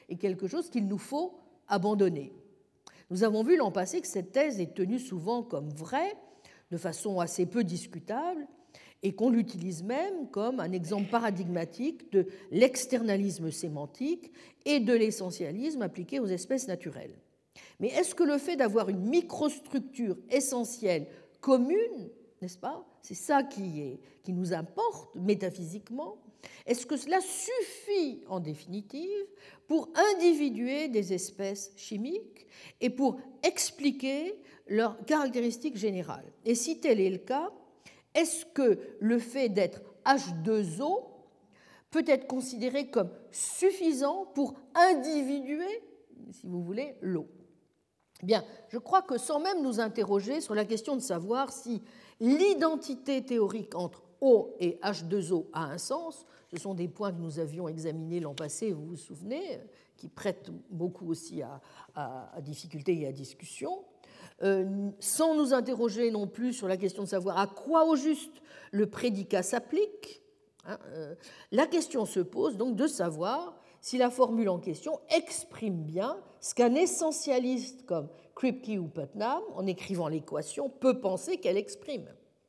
est quelque chose qu'il nous faut abandonner. Nous avons vu l'an passé que cette thèse est tenue souvent comme vraie, de façon assez peu discutable, et qu'on l'utilise même comme un exemple paradigmatique de l'externalisme sémantique et de l'essentialisme appliqué aux espèces naturelles. Mais est-ce que le fait d'avoir une microstructure essentielle commune, n'est-ce pas, c'est ça qui, est, qui nous importe métaphysiquement, est-ce que cela suffit en définitive pour individuer des espèces chimiques et pour expliquer leurs caractéristiques générales? Et si tel est le cas, est-ce que le fait d'être H deux O peut être considéré comme suffisant pour individuer, si vous voulez, l'eau? Bien, je crois que sans même nous interroger sur la question de savoir si l'identité théorique entre O et H deux O a un sens, ce sont des points que nous avions examinés l'an passé, vous vous souvenez, qui prêtent beaucoup aussi à, à, à difficulté et à discussion, euh, sans nous interroger non plus sur la question de savoir à quoi au juste le prédicat s'applique. Hein, euh, la question se pose donc de savoir si la formule en question exprime bien ce qu'un essentialiste comme Kripke ou Putnam, en écrivant l'équation, peut penser qu'elle exprime.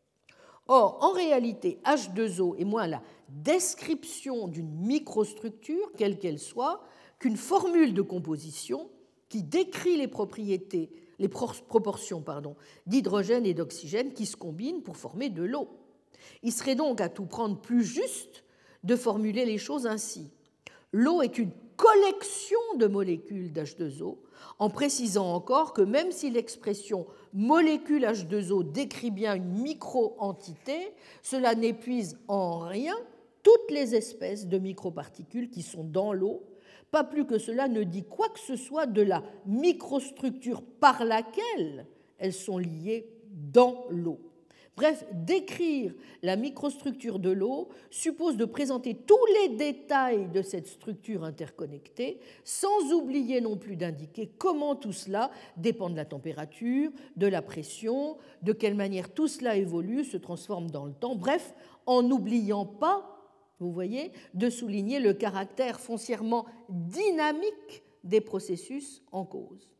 Or, en réalité, H deux O est moins la description d'une microstructure, quelle qu'elle soit, qu'une formule de composition qui décrit les propriétés, les proportions pardon, d'hydrogène et d'oxygène qui se combinent pour former de l'eau. Il serait donc à tout prendre plus juste de formuler les choses ainsi. L'eau est une collection de molécules d'H deux O, en précisant encore que même si l'expression molécule H deux O décrit bien une micro-entité, cela n'épuise en rien toutes les espèces de microparticules qui sont dans l'eau, pas plus que cela ne dit quoi que ce soit de la microstructure par laquelle elles sont liées dans l'eau. Bref, décrire la microstructure de l'eau suppose de présenter tous les détails de cette structure interconnectée, sans oublier non plus d'indiquer comment tout cela dépend de la température, de la pression, de quelle manière tout cela évolue, se transforme dans le temps, bref, en n'oubliant pas, vous voyez, de souligner le caractère foncièrement dynamique des processus en cause.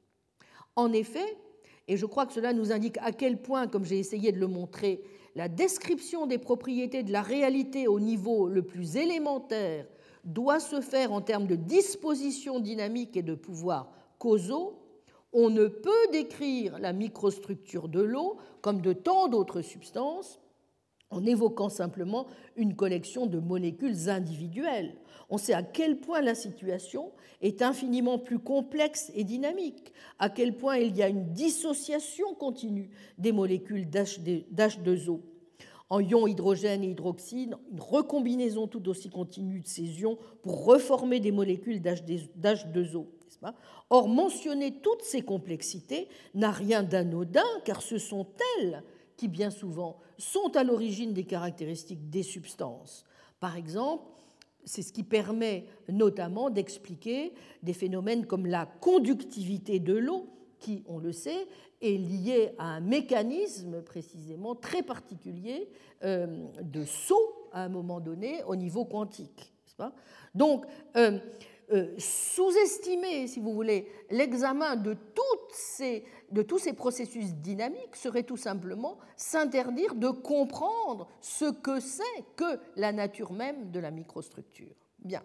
En effet, et je crois que cela nous indique à quel point, comme j'ai essayé de le montrer, la description des propriétés de la réalité au niveau le plus élémentaire doit se faire en termes de disposition dynamique et de pouvoirs causaux, on ne peut décrire la microstructure de l'eau, comme de tant d'autres substances, en évoquant simplement une collection de molécules individuelles. On sait à quel point la situation est infiniment plus complexe et dynamique, à quel point il y a une dissociation continue des molécules d'H deux O. En ions hydrogène et hydroxyde, une recombinaison tout aussi continue de ces ions pour reformer des molécules d'H deux O. Or, mentionner toutes ces complexités n'a rien d'anodin, car ce sont elles qui, bien souvent, sont à l'origine des caractéristiques des substances. Par exemple, c'est ce qui permet notamment d'expliquer des phénomènes comme la conductivité de l'eau, qui, on le sait, est liée à un mécanisme précisément très particulier euh, de saut à un moment donné au niveau quantique. N'est-ce pas ? Donc, euh, euh, sous-estimer, si vous voulez, l'examen de, toutes ces, de tous ces processus dynamiques serait tout simplement s'interdire de comprendre ce que c'est que la nature même de la microstructure. Bien.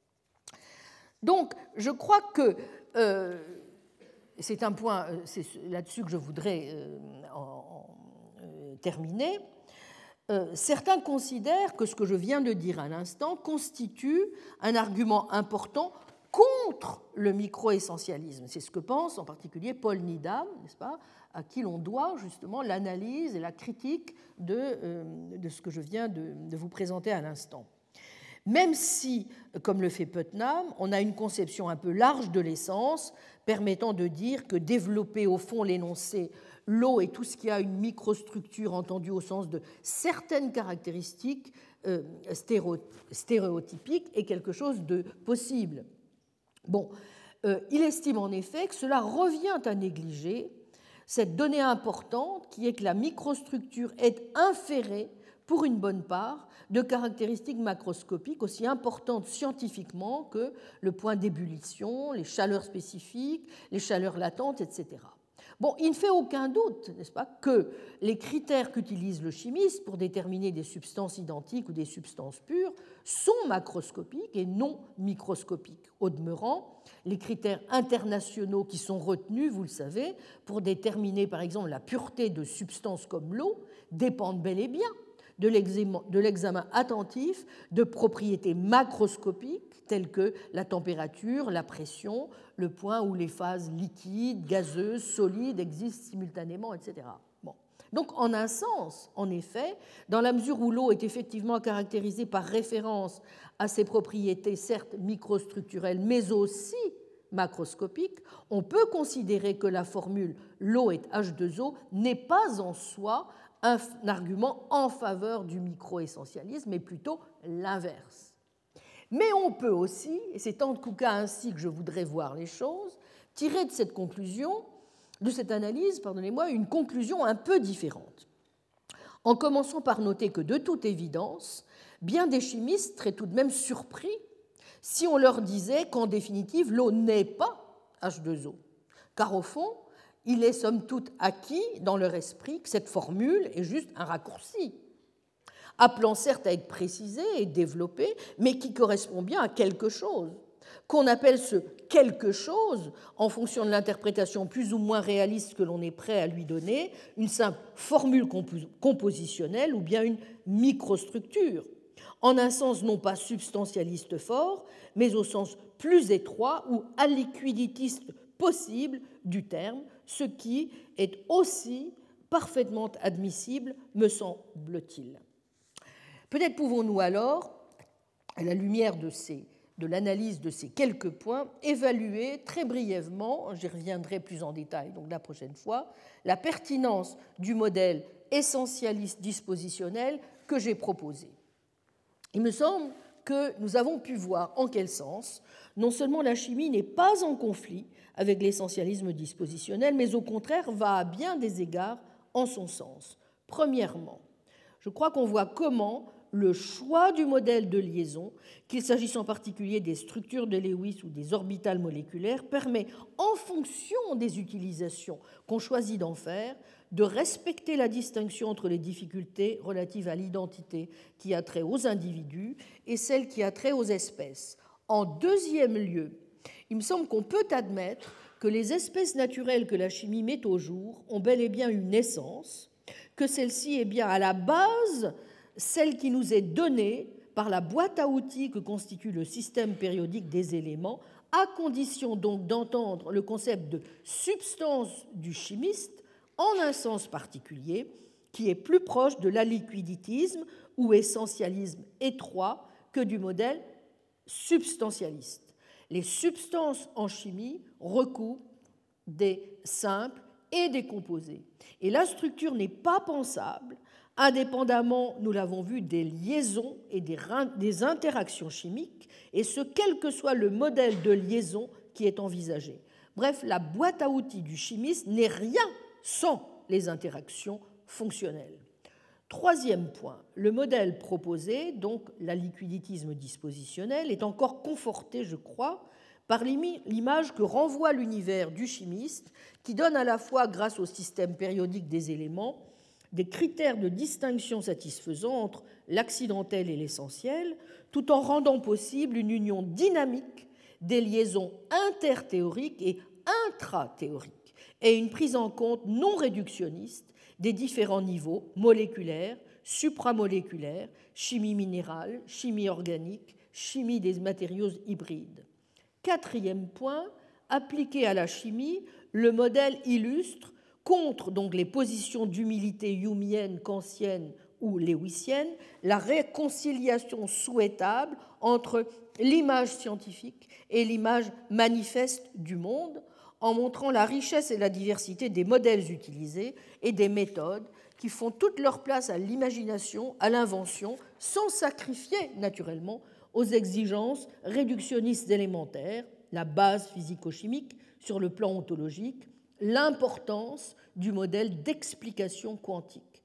Donc, je crois que euh, c'est un point, c'est là-dessus que je voudrais euh, en, en, euh, terminer. Euh, certains considèrent que ce que je viens de dire à l'instant constitue un argument important contre le micro-essentialisme. C'est ce que pense en particulier Paul Needham, n'est-ce pas, à qui l'on doit justement l'analyse et la critique de, euh, de ce que je viens de, de vous présenter à l'instant. Même si, comme le fait Putnam, on a une conception un peu large de l'essence, permettant de dire que développer au fond l'énoncé l'eau et tout ce qui a une microstructure entendue au sens de certaines caractéristiques euh, stéréotypiques est quelque chose de possible. Bon, euh, il estime en effet que cela revient à négliger cette donnée importante qui est que la microstructure est inférée pour une bonne part, de caractéristiques macroscopiques aussi importantes scientifiquement que le point d'ébullition, les chaleurs spécifiques, les chaleurs latentes, et cetera. Bon, il ne fait aucun doute, n'est-ce pas, que les critères qu'utilise le chimiste pour déterminer des substances identiques ou des substances pures sont macroscopiques et non microscopiques. Au demeurant, les critères internationaux qui sont retenus, vous le savez, pour déterminer par exemple la pureté de substances comme l'eau, dépendent bel et bien de l'examen attentif de propriétés macroscopiques telles que la température, la pression, le point où les phases liquides, gazeuses, solides existent simultanément, et cetera. Bon. Donc, en un sens, en effet, dans la mesure où l'eau est effectivement caractérisée par référence à ses propriétés, certes microstructurelles, mais aussi macroscopiques, on peut considérer que la formule « l'eau est H deux O » n'est pas en soi un argument en faveur du microessentialisme, mais plutôt l'inverse. Mais on peut aussi, et c'est en tout cas ainsi que je voudrais voir les choses, tirer de cette conclusion, de cette analyse, pardonnez-moi, une conclusion un peu différente. En commençant par noter que, de toute évidence, bien des chimistes seraient tout de même surpris si on leur disait qu'en définitive, l'eau n'est pas H deux O. Car au fond, il est somme toute acquis dans leur esprit que cette formule est juste un raccourci, appelant certes à être précisé et développé, mais qui correspond bien à quelque chose, qu'on appelle ce quelque chose, en fonction de l'interprétation plus ou moins réaliste que l'on est prêt à lui donner, une simple formule compositionnelle ou bien une microstructure, en un sens non pas substantialiste fort, mais au sens plus étroit ou aliquiditiste possible du terme, ce qui est aussi parfaitement admissible, me semble-t-il. Peut-être pouvons-nous alors, à la lumière de, ces, de l'analyse de ces quelques points, évaluer très brièvement, j'y reviendrai plus en détail donc la prochaine fois, la pertinence du modèle essentialiste dispositionnel que j'ai proposé. Il me semble que nous avons pu voir en quel sens non seulement la chimie n'est pas en conflit avec l'essentialisme dispositionnel, mais au contraire va à bien des égards en son sens. Premièrement, je crois qu'on voit comment le choix du modèle de liaison, qu'il s'agisse en particulier des structures de Lewis ou des orbitales moléculaires, permet, en fonction des utilisations qu'on choisit d'en faire, de respecter la distinction entre les difficultés relatives à l'identité qui a trait aux individus et celles qui a trait aux espèces. En deuxième lieu, il me semble qu'on peut admettre que les espèces naturelles que la chimie met au jour ont bel et bien une essence, que celle-ci est bien à la base celle qui nous est donnée par la boîte à outils que constitue le système périodique des éléments, à condition donc d'entendre le concept de substance du chimiste en un sens particulier, qui est plus proche de l'aliquiditisme ou essentialisme étroit que du modèle substantialiste. Les substances en chimie recoupent des simples et des composés. Et la structure n'est pas pensable indépendamment, nous l'avons vu, des liaisons et des interactions chimiques, et ce, quel que soit le modèle de liaison qui est envisagé. Bref, la boîte à outils du chimiste n'est rien sans les interactions fonctionnelles. Troisième point, le modèle proposé, donc l'aliquiditisme dispositionnel, est encore conforté, je crois, par l'image que renvoie l'univers du chimiste, qui donne à la fois, grâce au système périodique des éléments, des critères de distinction satisfaisants entre l'accidentel et l'essentiel, tout en rendant possible une union dynamique des liaisons interthéoriques et intrathéoriques et une prise en compte non réductionniste des différents niveaux moléculaires, supramoléculaires, chimie minérale, chimie organique, chimie des matériaux hybrides. Quatrième point, appliqué à la chimie, le modèle illustre contre donc les positions d'humilité humienne, kantienne ou lewisienne, la réconciliation souhaitable entre l'image scientifique et l'image manifeste du monde, en montrant la richesse et la diversité des modèles utilisés et des méthodes qui font toute leur place à l'imagination, à l'invention, sans sacrifier naturellement aux exigences réductionnistes élémentaires, la base physico-chimique sur le plan ontologique, l'importance du modèle d'explication quantique.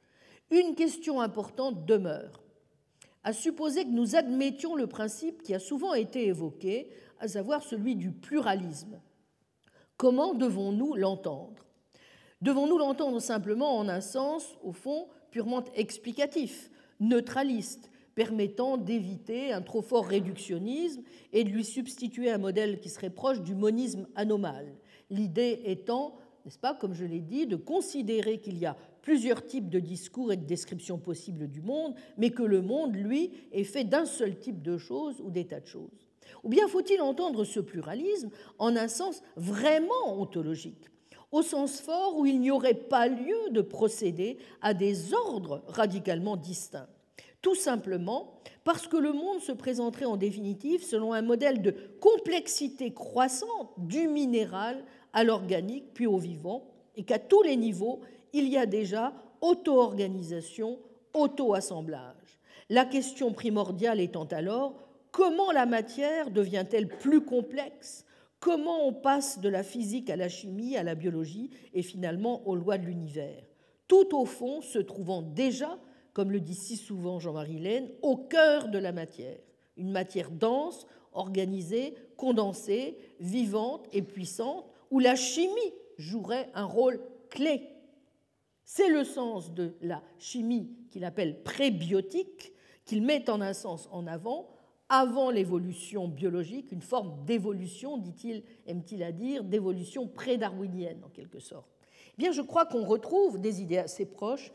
Une question importante demeure, à supposer que nous admettions le principe qui a souvent été évoqué, à savoir celui du pluralisme. Comment devons-nous l'entendre? Devons-nous l'entendre simplement en un sens, au fond, purement explicatif, neutraliste, permettant d'éviter un trop fort réductionnisme et de lui substituer un modèle qui serait proche du monisme anomale, l'idée étant, n'est-ce pas, comme je l'ai dit, de considérer qu'il y a plusieurs types de discours et de descriptions possibles du monde, mais que le monde, lui, est fait d'un seul type de choses ou d'états de choses. Ou bien faut-il entendre ce pluralisme en un sens vraiment ontologique, au sens fort où il n'y aurait pas lieu de procéder à des ordres radicalement distincts, tout simplement parce que le monde se présenterait en définitive selon un modèle de complexité croissante du minéral à l'organique puis au vivant, et qu'à tous les niveaux, il y a déjà auto-organisation, auto-assemblage. La question primordiale étant alors, comment la matière devient-elle plus complexe? Comment on passe de la physique à la chimie, à la biologie et finalement aux lois de l'univers, tout au fond se trouvant déjà, comme le dit si souvent Jean-Marie Lehn, au cœur de la matière, une matière dense, organisée, condensée, vivante et puissante, où la chimie jouerait un rôle clé. C'est le sens de la chimie qu'il appelle prébiotique, qu'il met en un sens en avant, avant l'évolution biologique, une forme d'évolution, dit-il, aime-t-il à dire, d'évolution pré-darwinienne en quelque sorte. Eh bien, je crois qu'on retrouve des idées assez proches,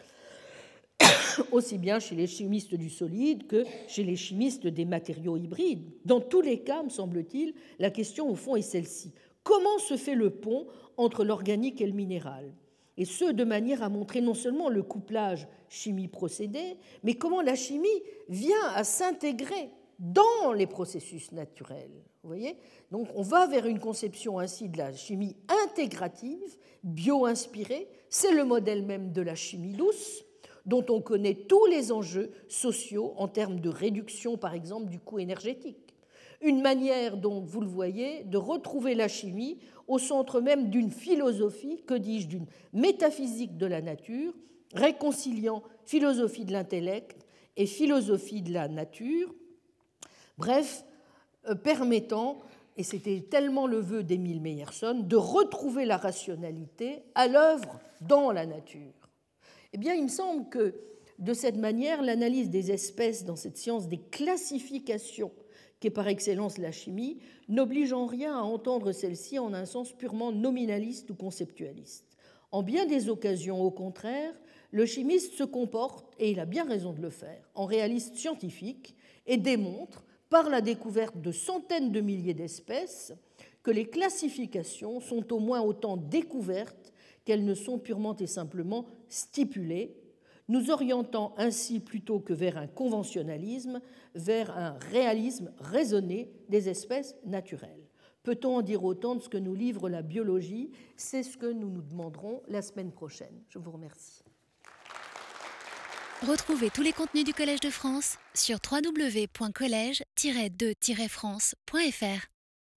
aussi bien chez les chimistes du solide que chez les chimistes des matériaux hybrides. Dans tous les cas, me semble-t-il, la question au fond est celle-ci. Comment se fait le pont entre l'organique et le minéral? Et ce, de manière à montrer non seulement le couplage chimie-procédé, mais comment la chimie vient à s'intégrer dans les processus naturels. Vous voyez ? Donc on va vers une conception ainsi de la chimie intégrative, bio-inspirée. C'est le modèle même de la chimie douce, dont on connaît tous les enjeux sociaux en termes de réduction, par exemple, du coût énergétique. Une manière, donc, vous le voyez, de retrouver la chimie au centre même d'une philosophie, que dis-je, d'une métaphysique de la nature, réconciliant philosophie de l'intellect et philosophie de la nature, bref, euh, permettant, et c'était tellement le vœu d'Émile Meyerson, de retrouver la rationalité à l'œuvre dans la nature. Eh bien, il me semble que, de cette manière, l'analyse des espèces dans cette science des classifications, qui est par excellence la chimie, n'oblige en rien à entendre celle-ci en un sens purement nominaliste ou conceptualiste. En bien des occasions, au contraire, le chimiste se comporte, et il a bien raison de le faire, en réaliste scientifique et démontre, par la découverte de centaines de milliers d'espèces, que les classifications sont au moins autant découvertes qu'elles ne sont purement et simplement stipulées, nous orientant ainsi plutôt que vers un conventionnalisme, vers un réalisme raisonné des espèces naturelles. Peut-on en dire autant de ce que nous livre la biologie? C'est ce que nous nous demanderons la semaine prochaine. Je vous remercie. Retrouvez tous les contenus du Collège de France sur w w w point collège tiret de tiret france point f r.